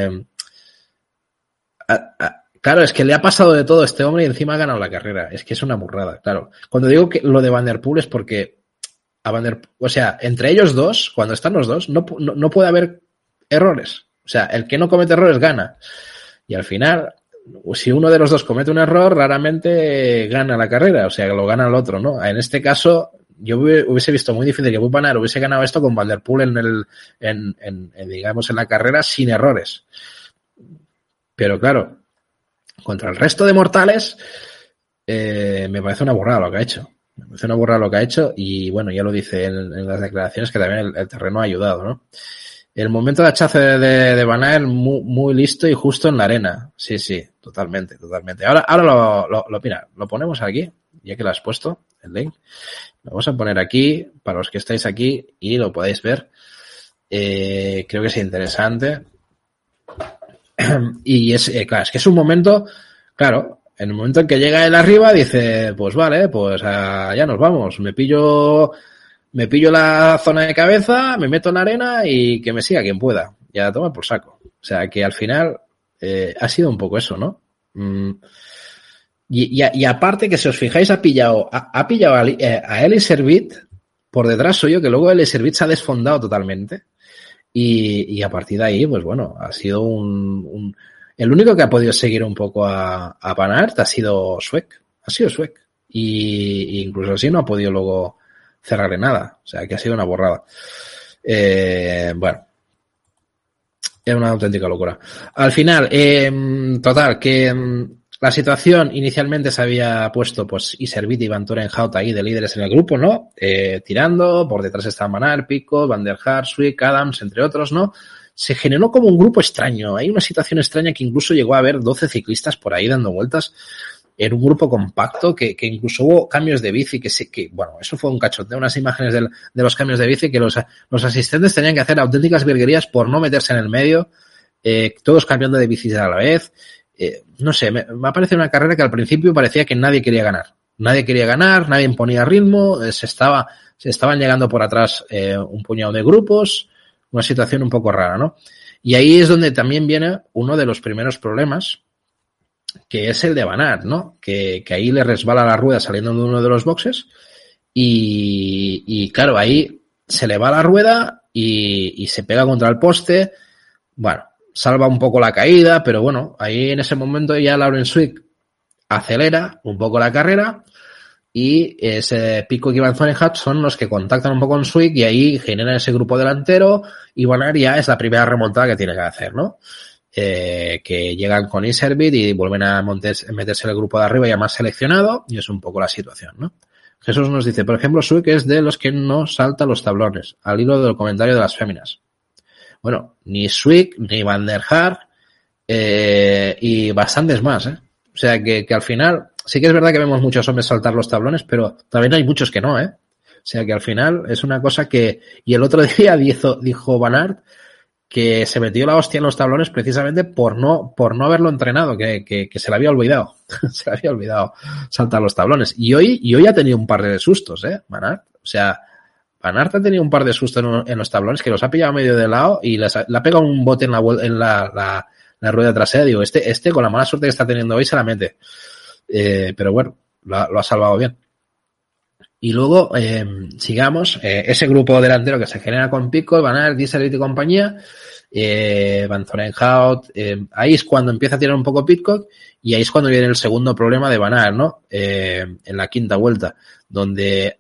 claro, es que le ha pasado de todo a este hombre y encima ha ganado la carrera. Es que es una burrada, claro. Cuando digo que lo de Van der Poel es porque o sea, entre ellos dos, cuando están los dos, no puede haber errores. O sea, el que no comete errores gana. Y al final, si uno de los dos comete un error, raramente gana la carrera. O sea, que lo gana el otro, ¿no? En este caso, yo hubiese visto muy difícil que Wout van Aert hubiese ganado esto con Van der Poel digamos, en la carrera sin errores. Pero claro, contra el resto de mortales, me parece una burrada lo que ha hecho. Me parece una burrada lo que ha hecho y bueno, ya lo dice en las declaraciones que también el terreno ha ayudado, ¿no? El momento de hachazo de Van Aert muy listo y justo en la arena. Sí, totalmente. Ahora lo ponemos aquí, ya que lo has puesto, el link. Lo vamos a poner aquí, para los que estáis aquí y lo podéis ver. Creo que es interesante. Y claro, es que es un momento, claro, en el momento en que llega él arriba dice, pues vale, pues ya nos vamos, me pillo me pillo la zona de cabeza, me meto en la arena y que me siga quien pueda. Ya toma por saco. O sea, que al final ha sido un poco eso, ¿no? Y aparte que si os fijáis ha pillado a Eli Servit por detrás suyo, que luego Eli Servit se ha desfondado totalmente. Y a partir de ahí, pues bueno, ha sido el único que ha podido seguir un poco a Van Aert ha sido Sweeck. Y incluso así no ha podido luego cerrarle nada. O sea, que ha sido una borrada. Bueno. Es una auténtica locura. Al final, total, que la situación inicialmente se había puesto, pues, Iservit y Van Torenhout ahí de líderes en el grupo, ¿no? Tirando, por detrás estaban Van Aert, Picot, Van der Haar, Swick, Adams, entre otros, ¿no? Se generó como un grupo extraño. Hay una situación extraña que incluso llegó a haber 12 ciclistas por ahí dando vueltas. Era un grupo compacto que incluso hubo cambios de bici que bueno, eso fue un cachondeo, unas imágenes de los cambios de bici que los asistentes tenían que hacer auténticas virguerías por no meterse en el medio, todos cambiando de bicis a la vez. No sé, me parece una carrera que al principio parecía que nadie quería ganar, nadie imponía ritmo, se estaban llegando por atrás un puñado de grupos, una situación un poco rara, ¿no? Y ahí es donde también viene uno de los primeros problemas, que es el de Van Aert, ¿no? Que ahí le resbala la rueda saliendo de uno de los boxes y claro, ahí se le va la rueda y se pega contra el poste. Bueno, salva un poco la caída, pero bueno, ahí en ese momento ya Laurens Swick acelera un poco la carrera y ese Picot y Van Torenhout son los que contactan un poco con Swick y ahí generan ese grupo delantero y Van Aert ya es la primera remontada que tiene que hacer, ¿no? Que llegan con Iservit y vuelven a meterse en el grupo de arriba ya más seleccionado y es un poco la situación, ¿no? Jesús nos dice, por ejemplo, Swick es de los que no salta los tablones, al hilo del comentario de las féminas. Bueno, ni Swick, ni Van der Haar y bastantes más, ¿eh? O sea que al final, sí que es verdad que vemos muchos hombres saltar los tablones, pero también hay muchos que no, ¿eh? O sea que al final es una cosa que... Y el otro día dijo Van Aert que se metió la hostia en los tablones precisamente por no haberlo entrenado, que se le había olvidado. Se le había olvidado saltar los tablones. Y hoy ha tenido un par de sustos, Van Aert. O sea, Van Aert ha tenido un par de sustos en los tablones que los ha pillado medio de lado y le ha pegado un bote en la rueda trasera. Digo, este con la mala suerte que está teniendo hoy se la mete. Pero bueno, lo ha salvado bien. Y luego, sigamos, ese grupo delantero que se genera con Picot, Van Aert, Iservit y compañía, Van Torenhout, ahí es cuando empieza a tirar un poco Picot y ahí es cuando viene el segundo problema de Van Aert, ¿no? En la quinta vuelta, donde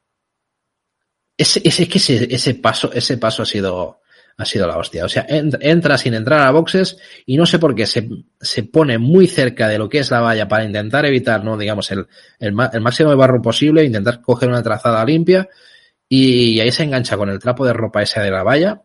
ese paso ha sido la hostia. O sea, entra sin entrar a boxes y no sé por qué se pone muy cerca de lo que es la valla para intentar evitar, no digamos, el máximo de barro posible, intentar coger una trazada limpia y ahí se engancha con el trapo de ropa ese de la valla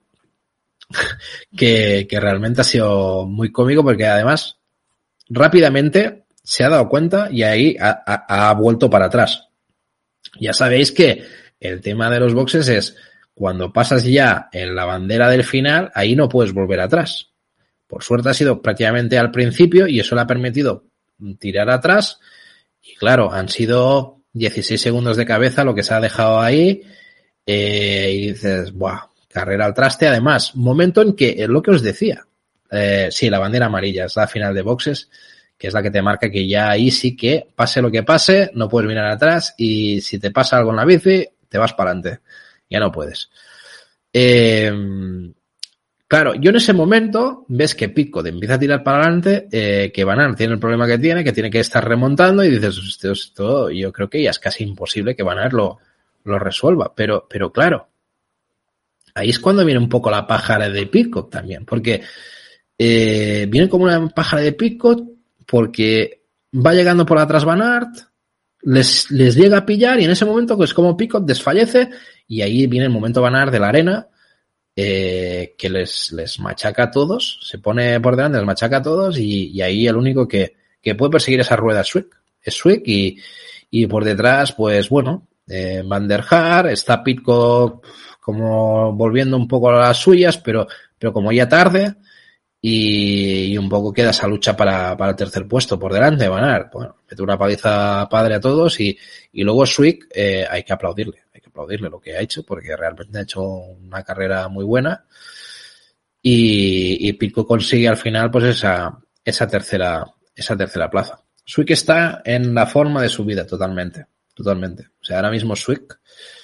que realmente ha sido muy cómico porque además rápidamente se ha dado cuenta y ahí ha vuelto para atrás. Ya sabéis que el tema de los boxes es cuando pasas ya en la bandera del final, ahí no puedes volver atrás. Por suerte ha sido prácticamente al principio y eso le ha permitido tirar atrás. Y claro, han sido 16 segundos de cabeza lo que se ha dejado ahí. Y dices, ¡buah! Carrera al traste. Además, momento en que, es lo que os decía. Sí, la bandera amarilla es la final de boxes, que es la que te marca que ya ahí sí que, pase lo que pase, no puedes mirar atrás y si te pasa algo en la bici, te vas para adelante. Ya no puedes. Claro, yo en ese momento ves que Picot empieza a tirar para adelante, que Van Aert tiene el problema que tiene que estar remontando y dices, esto yo creo que ya es casi imposible que Van Aert lo resuelva. Pero claro, ahí es cuando viene un poco la pájara de Picot también, porque viene como una pájara de Picot porque va llegando por atrás Van Aert, les llega a pillar y en ese momento pues como Picot desfallece y ahí viene el momento Van Aert de la arena que les machaca a todos, se pone por delante, les machaca a todos y ahí el único que puede perseguir esa rueda es Swick y por detrás pues bueno, Van der Haar, está Picot como volviendo un poco a las suyas pero como ya tarde y un poco queda esa lucha para el tercer puesto por delante. Van Aert, bueno, mete una paliza padre a todos y luego Swick hay que aplaudirle aplaudirle lo que ha hecho, porque realmente ha hecho una carrera muy buena. Y Pitcock consigue al final pues esa tercera plaza. Swick está en la forma de su vida totalmente. O sea, ahora mismo Swick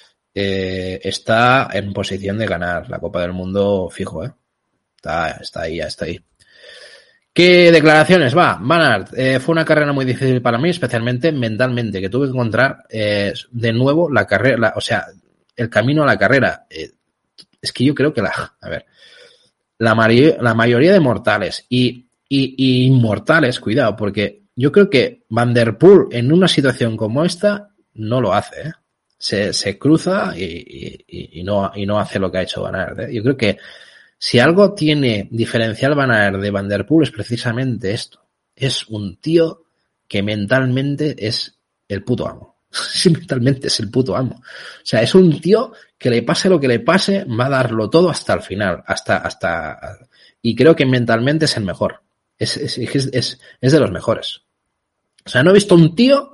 está en posición de ganar la Copa del Mundo fijo, Está ahí. ¿Qué declaraciones? Van Aert, fue una carrera muy difícil para mí, especialmente mentalmente, que tuve que encontrar de nuevo la carrera, o sea, el camino a la carrera. Es que yo creo que la mayoría de mortales y inmortales, cuidado, porque yo creo que Van der Poel en una situación como esta no lo hace, Se cruza y no hace lo que ha hecho Van Aert, Yo creo que si algo tiene diferencial Van Aert de Van der Poel es precisamente esto. Es un tío que mentalmente es el puto amo. Sí, mentalmente es el puto amo. O sea, es un tío que le pase lo que le pase, va a darlo todo hasta el final. Y creo que mentalmente es el mejor. Es de los mejores. O sea, no he visto un tío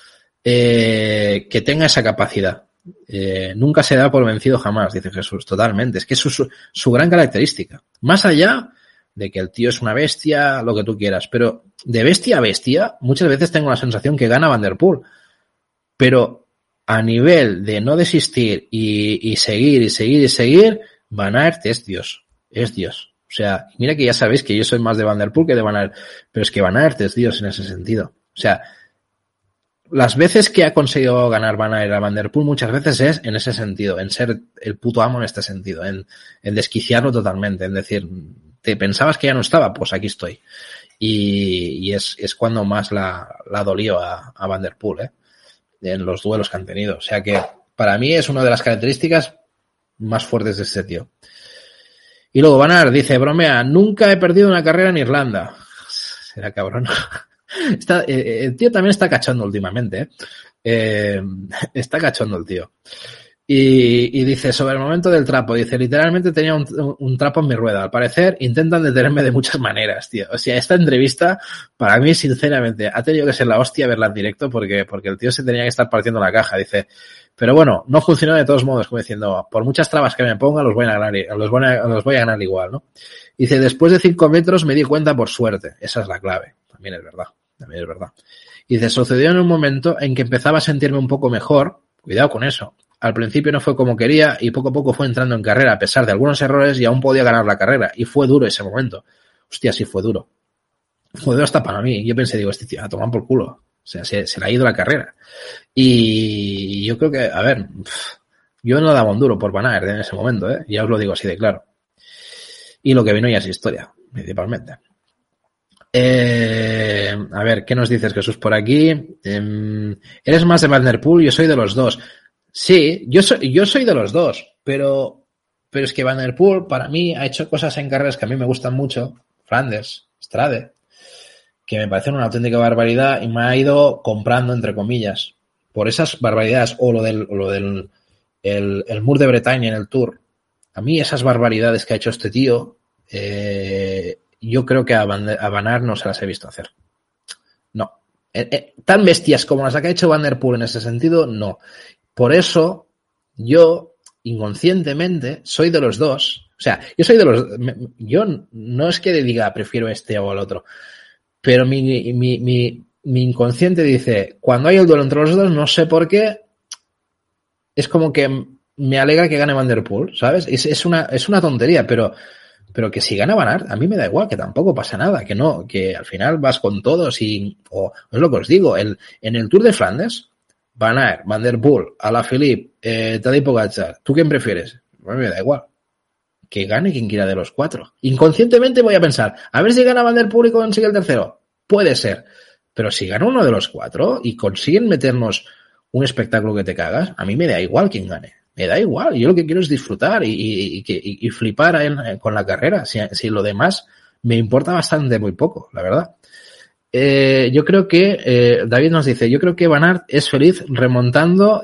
que tenga esa capacidad. Nunca se da por vencido jamás, dice Jesús, totalmente. Es que es su gran característica. Más allá de que el tío es una bestia, lo que tú quieras, pero de bestia a bestia, muchas veces tengo la sensación que gana Van der Poel. Pero a nivel de no desistir y seguir, Van Aert es Dios. O sea, mira que ya sabéis que yo soy más de Van der Poel que de Van Aert, pero es que Van Aert es Dios en ese sentido. O sea, las veces que ha conseguido ganar Van Aert a Van der Poel muchas veces es en ese sentido, en ser el puto amo en este sentido, en desquiciarlo totalmente, en decir, ¿te pensabas que ya no estaba? Pues aquí estoy. Y es cuando más la dolió a Van der Poel, en los duelos que han tenido. O sea que para mí es una de las características más fuertes de este tío. Y luego Van Aert dice, bromea, nunca he perdido una carrera en Irlanda. Será cabrón. El tío también está cachondo últimamente, está cachondo el tío. Y dice, sobre el momento del trapo, dice, literalmente tenía un trapo en mi rueda. Al parecer, intentan detenerme de muchas maneras, tío. O sea, esta entrevista, para mí, sinceramente, ha tenido que ser la hostia verla en directo porque el tío se tenía que estar partiendo la caja. Dice, pero bueno, no funcionó de todos modos, como diciendo, por muchas trabas que me ponga, los voy a ganar igual, ¿no? Dice, después de 5 metros me di cuenta por suerte. Esa es la clave. También es verdad. Y dice, sucedió en un momento en que empezaba a sentirme un poco mejor. Cuidado con eso. Al principio no fue como quería y poco a poco fue entrando en carrera a pesar de algunos errores y aún podía ganar la carrera. Y fue duro ese momento. Hostia, sí fue duro. Fue duro hasta para mí. Yo pensé, digo, este tío, a tomar por culo. O sea, se le ha ido la carrera. Y yo creo que, a ver, yo no daba un duro por Van Aert en ese momento, ya os lo digo así de claro. Y lo que vino ya es historia, principalmente. A ver, ¿qué nos dices, Jesús, por aquí? Eres más de Van der Poel, yo soy de los dos. Sí, yo soy de los dos, pero es que Van der Poel para mí ha hecho cosas en carreras que a mí me gustan mucho, Flanders, Strade, que me parecen una auténtica barbaridad y me ha ido comprando, entre comillas, por esas barbaridades, o lo del el Mur de Bretaña en el Tour. A mí esas barbaridades que ha hecho este tío, yo creo que a Van Aert no se las he visto hacer. No. Tan bestias como las que ha hecho Van der Poel en ese sentido, no. Por eso, yo, inconscientemente, soy de los dos. O sea, yo no es que diga prefiero este o al otro, pero mi inconsciente dice, cuando hay el duelo entre los dos, no sé por qué, es como que me alegra que gane Van der Poel, ¿sabes? Es una tontería, pero que si gana Van Aert, a mí me da igual, que tampoco pasa nada, que al final vas con todos o es lo que os digo, en el Tour de Flandes, Van Aert, Van der Poel, Alaphilippe, Tadej Pogačar, ¿tú quién prefieres? A mí me da igual. Que gane quien quiera de los 4. Inconscientemente voy a pensar, a ver si gana Van der Poel y consigue el tercero. Puede ser. Pero si gana uno de los 4 y consiguen meternos un espectáculo que te cagas, a mí me da igual quién gane. Me da igual. Yo lo que quiero es disfrutar y flipar con la carrera. Si lo demás me importa bastante muy poco, la verdad. Yo creo que, David nos dice, yo creo que Van Aert es feliz remontando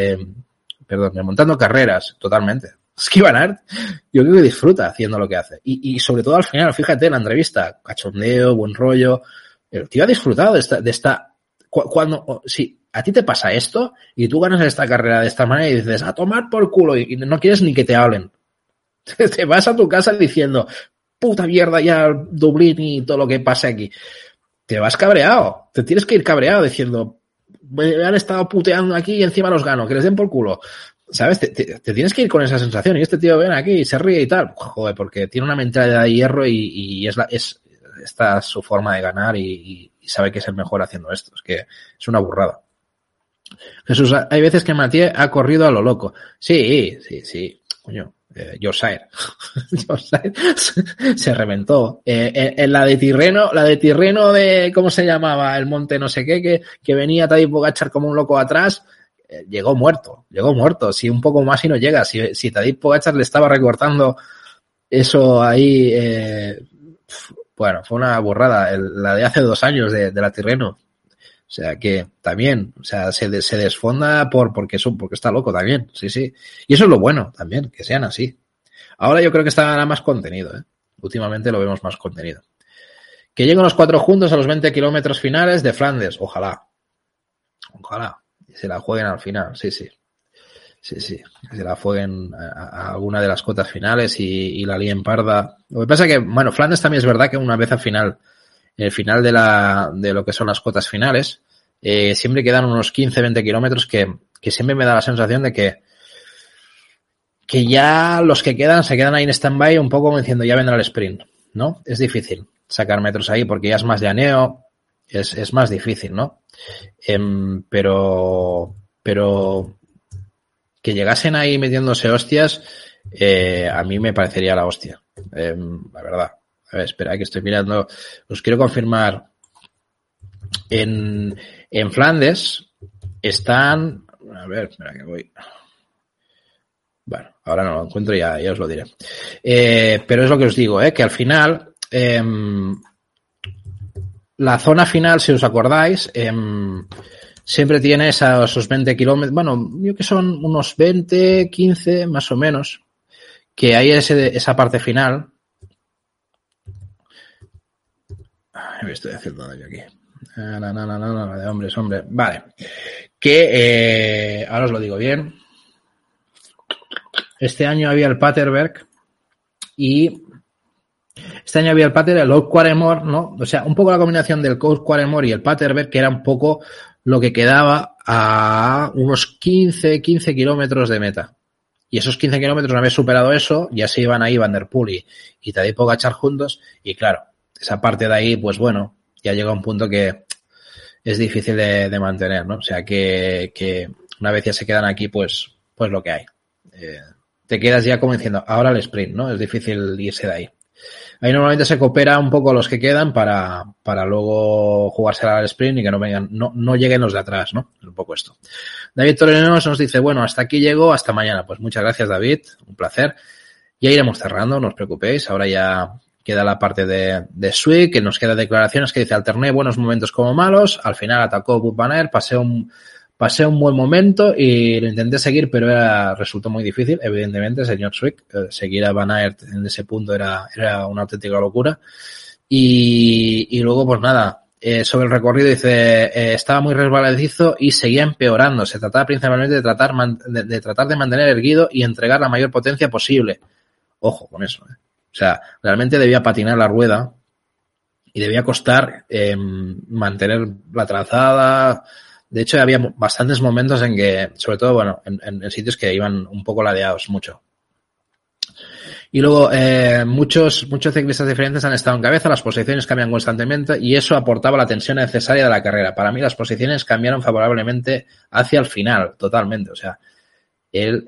carreras, totalmente. Es que Van Aert, yo creo que disfruta haciendo lo que hace. Y sobre todo al final, fíjate en la entrevista, cachondeo, buen rollo. El tío ha disfrutado de esta, cuando, sí, a ti te pasa esto y tú ganas esta carrera de esta manera y dices, a tomar por culo, y no quieres ni que te hablen. Te vas a tu casa diciendo, puta mierda ya Dublín y todo lo que pase aquí. Te vas cabreado, te tienes que ir cabreado diciendo, me han estado puteando aquí y encima los gano, que les den por culo. ¿Sabes? Te tienes que ir con esa sensación. Y este tío ven aquí y se ríe y tal. Joder, porque tiene una mentalidad de hierro y esta es su forma de ganar y sabe que es el mejor haciendo esto. Es que es una burrada. Jesús, hay veces que Mathieu ha corrido a lo loco. Sí. Coño, Yorkshire. Yorkshire se reventó. En la de Tirreno de, ¿cómo se llamaba? El monte no sé qué, que venía Tadej Pogačar como un loco atrás. Llegó muerto. Si un poco más y no llega. Si Tadej Pogačar le estaba recortando eso ahí, bueno, fue una burrada. La de hace 2 años de la Tirreno. O sea que también, o sea, se desfonda porque está loco también, sí. Y eso es lo bueno también, que sean así. Ahora yo creo que está más contenido, ¿eh? Últimamente lo vemos más contenido. Que lleguen los 4 juntos a los 20 kilómetros finales de Flandes. Ojalá. Y se la jueguen al final, sí. Que se la jueguen a alguna de las cotas finales y la líen parda. Lo que pasa es que, bueno, Flandes también es verdad que una vez al final, el final de lo que son las cotas finales, siempre quedan unos 15-20 kilómetros que siempre me da la sensación de que ya los que quedan se quedan ahí en stand-by un poco como diciendo ya vendrá el sprint, ¿no? Es difícil sacar metros ahí porque ya es más llaneo, es más difícil, ¿no? Pero que llegasen ahí metiéndose hostias, a mí me parecería la hostia, la verdad. A ver, espera, que estoy mirando. Os quiero confirmar. En Flandes están... A ver, espera que voy... Bueno, ahora no lo encuentro, ya os lo diré. Pero es lo que os digo, que al final... la zona final, si os acordáis, siempre tiene esos 20 kilómetros... Bueno, yo que son unos 20, 15, más o menos, que hay esa parte final... Me estoy haciendo daño aquí. No, de hombres. Vale. Que, ahora os lo digo bien. Este año había el Paterberg y el Old Quaremore, ¿no? O sea, un poco la combinación del Old Quaremore y el Paterberg, que era un poco lo que quedaba a unos 15 kilómetros de meta. Y esos 15 kilómetros, una vez superado eso, ya se iban ahí Van der Poel y Tadej Pogačar juntos. Y claro, esa parte de ahí, pues bueno, ya llega un punto que es difícil de mantener, ¿no? O sea que una vez ya se quedan aquí, pues lo que hay. Te quedas ya como diciendo, ahora el sprint, ¿no? Es difícil irse de ahí. Ahí normalmente se coopera un poco los que quedan para luego jugársela al sprint y que no lleguen los de atrás, ¿no? Es un poco esto. David Torenos nos dice, bueno, hasta aquí llego, hasta mañana. Pues muchas gracias, David, un placer. Ya iremos cerrando, no os preocupéis, ahora ya queda la parte de Swick, que nos queda declaraciones que dice, alterné buenos momentos como malos, al final atacó Wout van Aert, pasé un buen momento y lo intenté seguir, pero resultó muy difícil, evidentemente, señor Swick, seguir a Van Aert en ese punto era una auténtica locura. Y luego, pues nada, sobre el recorrido dice, estaba muy resbaladizo y seguía empeorando. Se trataba principalmente de tratar de mantener erguido y entregar la mayor potencia posible. Ojo con eso, O sea, realmente debía patinar la rueda y debía costar mantener la trazada. De hecho, había bastantes momentos en que, sobre todo, bueno, en sitios que iban un poco ladeados, mucho. Y luego, muchos ciclistas diferentes han estado en cabeza, las posiciones cambian constantemente y eso aportaba la tensión necesaria de la carrera. Para mí las posiciones cambiaron favorablemente hacia el final, totalmente. O sea, él,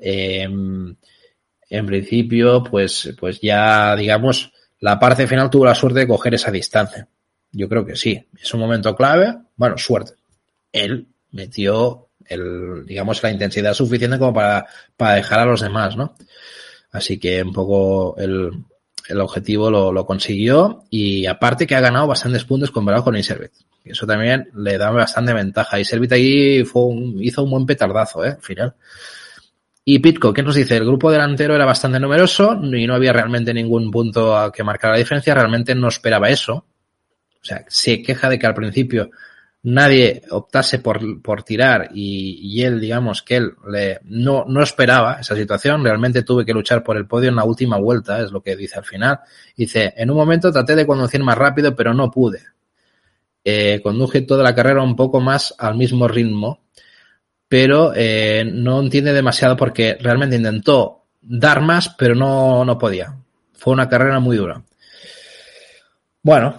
en principio, pues ya, digamos, la parte final tuvo la suerte de coger esa distancia. Yo creo que sí. Es un momento clave. Bueno, suerte. Él metió la intensidad suficiente como para dejar a los demás, ¿no? Así que un poco el objetivo lo consiguió y aparte que ha ganado bastantes puntos comparado con Iservit. Eso también le da bastante ventaja. Iservit ahí hizo un buen petardazo, al final. Y Pitco, ¿qué nos dice? El grupo delantero era bastante numeroso y no había realmente ningún punto a que marcar la diferencia. Realmente no esperaba eso. O sea, se queja de que al principio nadie optase por tirar y él, digamos, que él no esperaba esa situación. Realmente tuve que luchar por el podio en la última vuelta, es lo que dice al final. Dice, en un momento traté de conducir más rápido, pero no pude. Conduje toda la carrera un poco más al mismo ritmo, pero no entiende demasiado porque realmente intentó dar más, pero no podía. Fue una carrera muy dura. Bueno,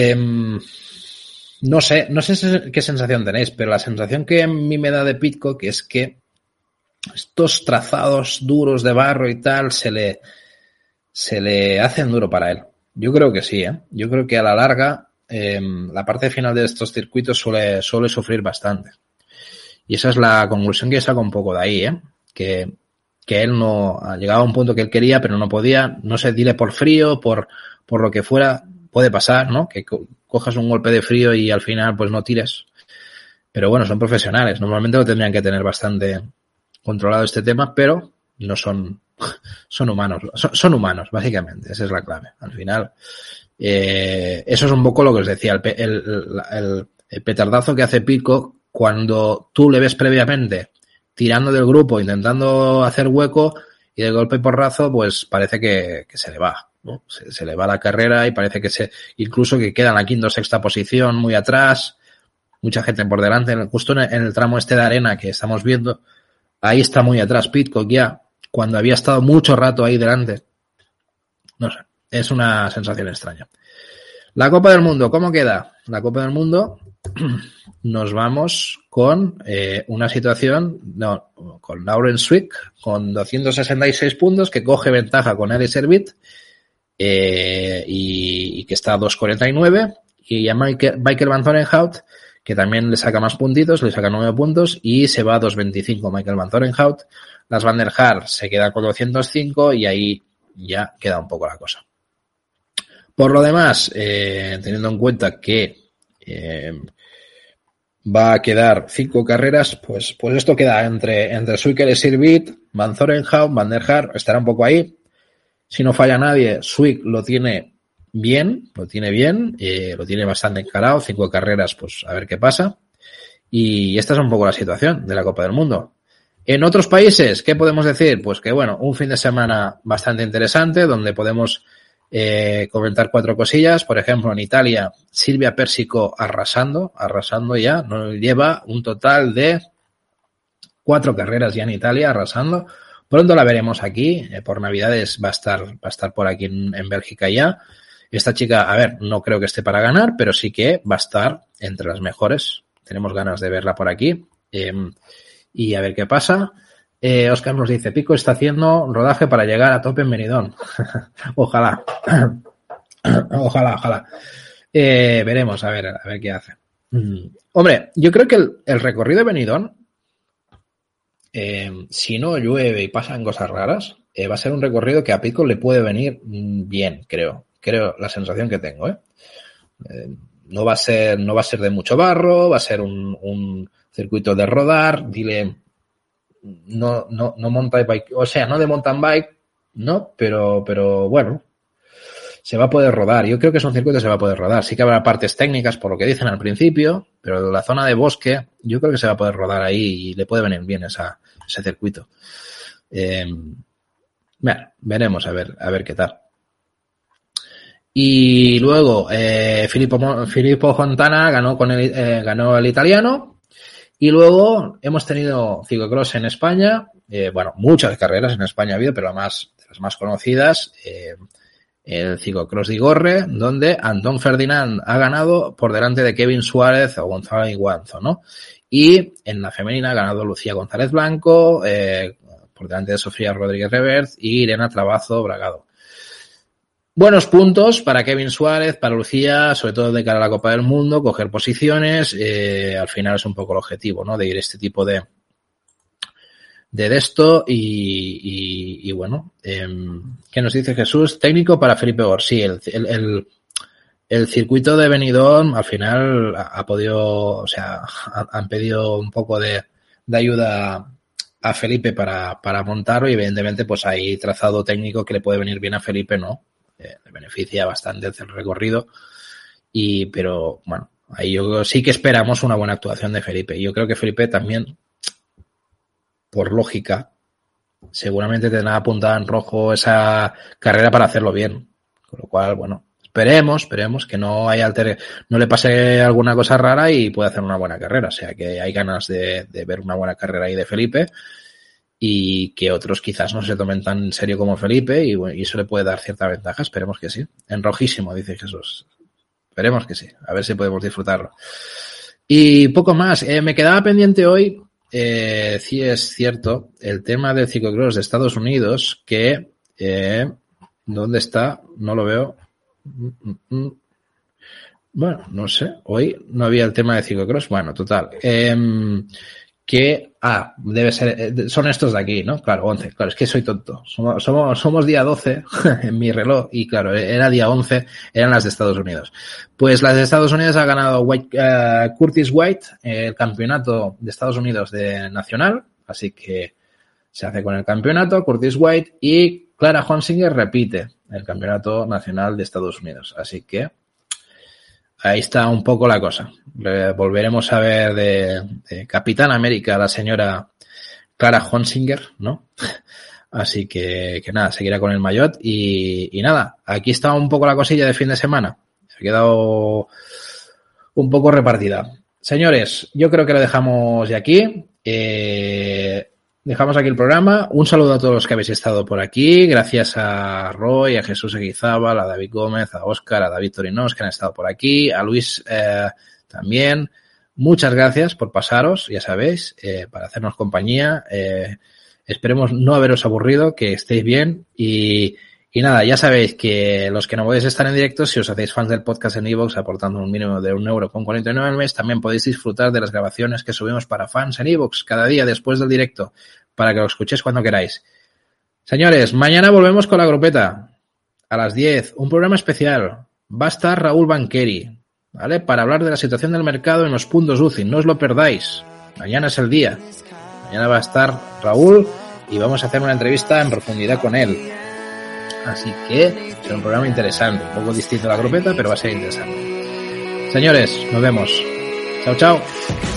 no sé qué sensación tenéis, pero la sensación que a mí me da de Pidcock es que estos trazados duros de barro y tal se le hacen duro para él. Yo creo que sí, ¿eh? Yo creo que a la larga la parte final de estos circuitos suele sufrir bastante. Y esa es la conclusión que saco un poco de ahí, ¿eh? Que él no ha llegado a un punto que él quería, pero no podía, no sé, dile por frío, por lo que fuera, puede pasar, ¿no? Que cojas un golpe de frío y al final pues no tires. Pero bueno, son profesionales, normalmente lo tendrían que tener bastante controlado este tema, pero no son humanos, son humanos, básicamente, esa es la clave. Al final, eso es un poco lo que os decía, el petardazo que hace Pidcock cuando tú le ves previamente tirando del grupo, intentando hacer hueco y de golpe y porrazo, pues parece que se le va, ¿no? Se le va la carrera y parece que incluso que queda en la quinta o sexta posición, muy atrás, mucha gente por delante, justo en el tramo este de arena que estamos viendo, ahí está muy atrás Pidcock ya, cuando había estado mucho rato ahí delante. No sé, es una sensación extraña. La Copa del Mundo, ¿cómo queda? La Copa del Mundo, nos vamos con una situación, con Lauren Swick, con 266 puntos, que coge ventaja con Ellie Servit, y que está a 2.49, y a Michael Van Zorenhout, que también le saca más puntitos, le saca 9 puntos, y se va a 2.25 Michael Van Zorenhout. Las Van der Haar se queda con 205, y ahí ya queda un poco la cosa. Por lo demás, teniendo en cuenta que va a quedar 5 carreras, pues esto queda entre Swick, Servit, Van Zorenhout, Van der Haar, estará un poco ahí. Si no falla nadie, Swick lo tiene bien, lo tiene bastante encarado, 5 carreras, pues a ver qué pasa. Y esta es un poco la situación de la Copa del Mundo. En otros países, ¿qué podemos decir? Pues que bueno, un fin de semana bastante interesante, donde podemos comentar 4 cosillas. Por ejemplo, en Italia, Silvia Persico arrasando ya, nos lleva un total de 4 carreras ya en Italia, arrasando. Pronto la veremos aquí, por Navidades va a estar por aquí en Bélgica ya. Esta chica, a ver, no creo que esté para ganar, pero sí que va a estar entre las mejores. Tenemos ganas de verla por aquí. Y a ver qué pasa. Oscar nos dice, Pico está haciendo rodaje para llegar a tope en Benidorm. Ojalá. Ojalá. Veremos, a ver qué hace. Hombre, yo creo que el recorrido de Benidorm, si no llueve y pasan cosas raras, va a ser un recorrido que a Pico le puede venir bien, creo la sensación que tengo, no va a ser de mucho barro, va a ser un circuito de rodar, dile no mountain bike, o sea, no de mountain bike, no, pero bueno, se va a poder rodar. Yo creo que es un circuito que se va a poder rodar. Sí que habrá partes técnicas por lo que dicen al principio, pero la zona de bosque, yo creo que se va a poder rodar ahí y le puede venir bien ese circuito. Bueno, veremos a ver qué tal. Y luego Filippo Fontana ganó el italiano. Y luego hemos tenido ciclocross en España. Bueno, muchas carreras en España ha habido, pero de las más conocidas, el ciclocross de Igorre, donde Antón Ferdinand ha ganado por delante de Kevin Suárez o Gonzalo Iguanzo, ¿no? Y en la femenina ha ganado Lucía González Blanco, por delante de Sofía Rodríguez Revert y Irene Trabazo Bragado. Buenos puntos para Kevin Suárez, para Lucía, sobre todo de cara a la Copa del Mundo, coger posiciones, al final es un poco el objetivo, ¿no? De ir este tipo de esto y bueno, ¿qué nos dice Jesús? Técnico para Felipe Gor. Sí, el circuito de Benidorm al final ha podido, o sea, han pedido un poco de ayuda a Felipe para montarlo y evidentemente pues hay trazado técnico que le puede venir bien a Felipe, ¿no? Le beneficia bastante el recorrido pero bueno, ahí yo sí que esperamos una buena actuación de Felipe. Yo creo que Felipe también, por lógica, seguramente tendrá apuntada en rojo esa carrera para hacerlo bien. Con lo cual, bueno, esperemos que no le pase alguna cosa rara y pueda hacer una buena carrera. O sea, que hay ganas de ver una buena carrera ahí de Felipe y que otros quizás no se tomen tan en serio como Felipe y eso le puede dar cierta ventaja. Esperemos que sí. En rojísimo, dice Jesús. Esperemos que sí. A ver si podemos disfrutarlo. Y poco más. Me quedaba pendiente hoy, sí es cierto, el tema del ciclocross de Estados Unidos que... ¿dónde está? No lo veo. Bueno, no sé. Hoy no había el tema de ciclocross. Bueno, total. Debe ser, son estos de aquí, ¿no? Claro, 11. Claro, es que soy tonto. Somos día 12 en mi reloj y claro, era día 11, eran las de Estados Unidos. Pues las de Estados Unidos ha ganado Curtis White, el campeonato de Estados Unidos de nacional, así que se hace con el campeonato, Curtis White, y Clara Honsinger repite el campeonato nacional de Estados Unidos. Así que ahí está un poco la cosa. Volveremos a ver de Capitán América a la señora Clara Honsinger, ¿no? Así que nada, seguirá con el maillot y nada, aquí está un poco la cosilla de fin de semana. Ha quedado un poco repartida. Señores, yo creo que lo dejamos de aquí. Dejamos aquí el programa. Un saludo a todos los que habéis estado por aquí. Gracias a Roy, a Jesús Eguizábal, a David Gómez, a Óscar, a David Torinos que han estado por aquí, a Luis también. Muchas gracias por pasaros, ya sabéis, para hacernos compañía. Esperemos no haberos aburrido, que estéis bien y nada, ya sabéis que los que no podéis estar en directo, si os hacéis fans del podcast en iVoox aportando un mínimo de €1,49 al mes, también podéis disfrutar de las grabaciones que subimos para fans en iVoox cada día después del directo, para que lo escuchéis cuando queráis. Señores, mañana volvemos con la grupeta a las 10, un programa especial. Va a estar Raúl Banqueri, ¿vale? Para hablar de la situación del mercado en los puntos UCI, no os lo perdáis. Mañana es el día. Mañana va a estar Raúl y vamos a hacer una entrevista en profundidad con él. Así que será un programa interesante, un poco distinto a la grupeta, pero va a ser interesante. Señores, nos vemos. Chao, chao.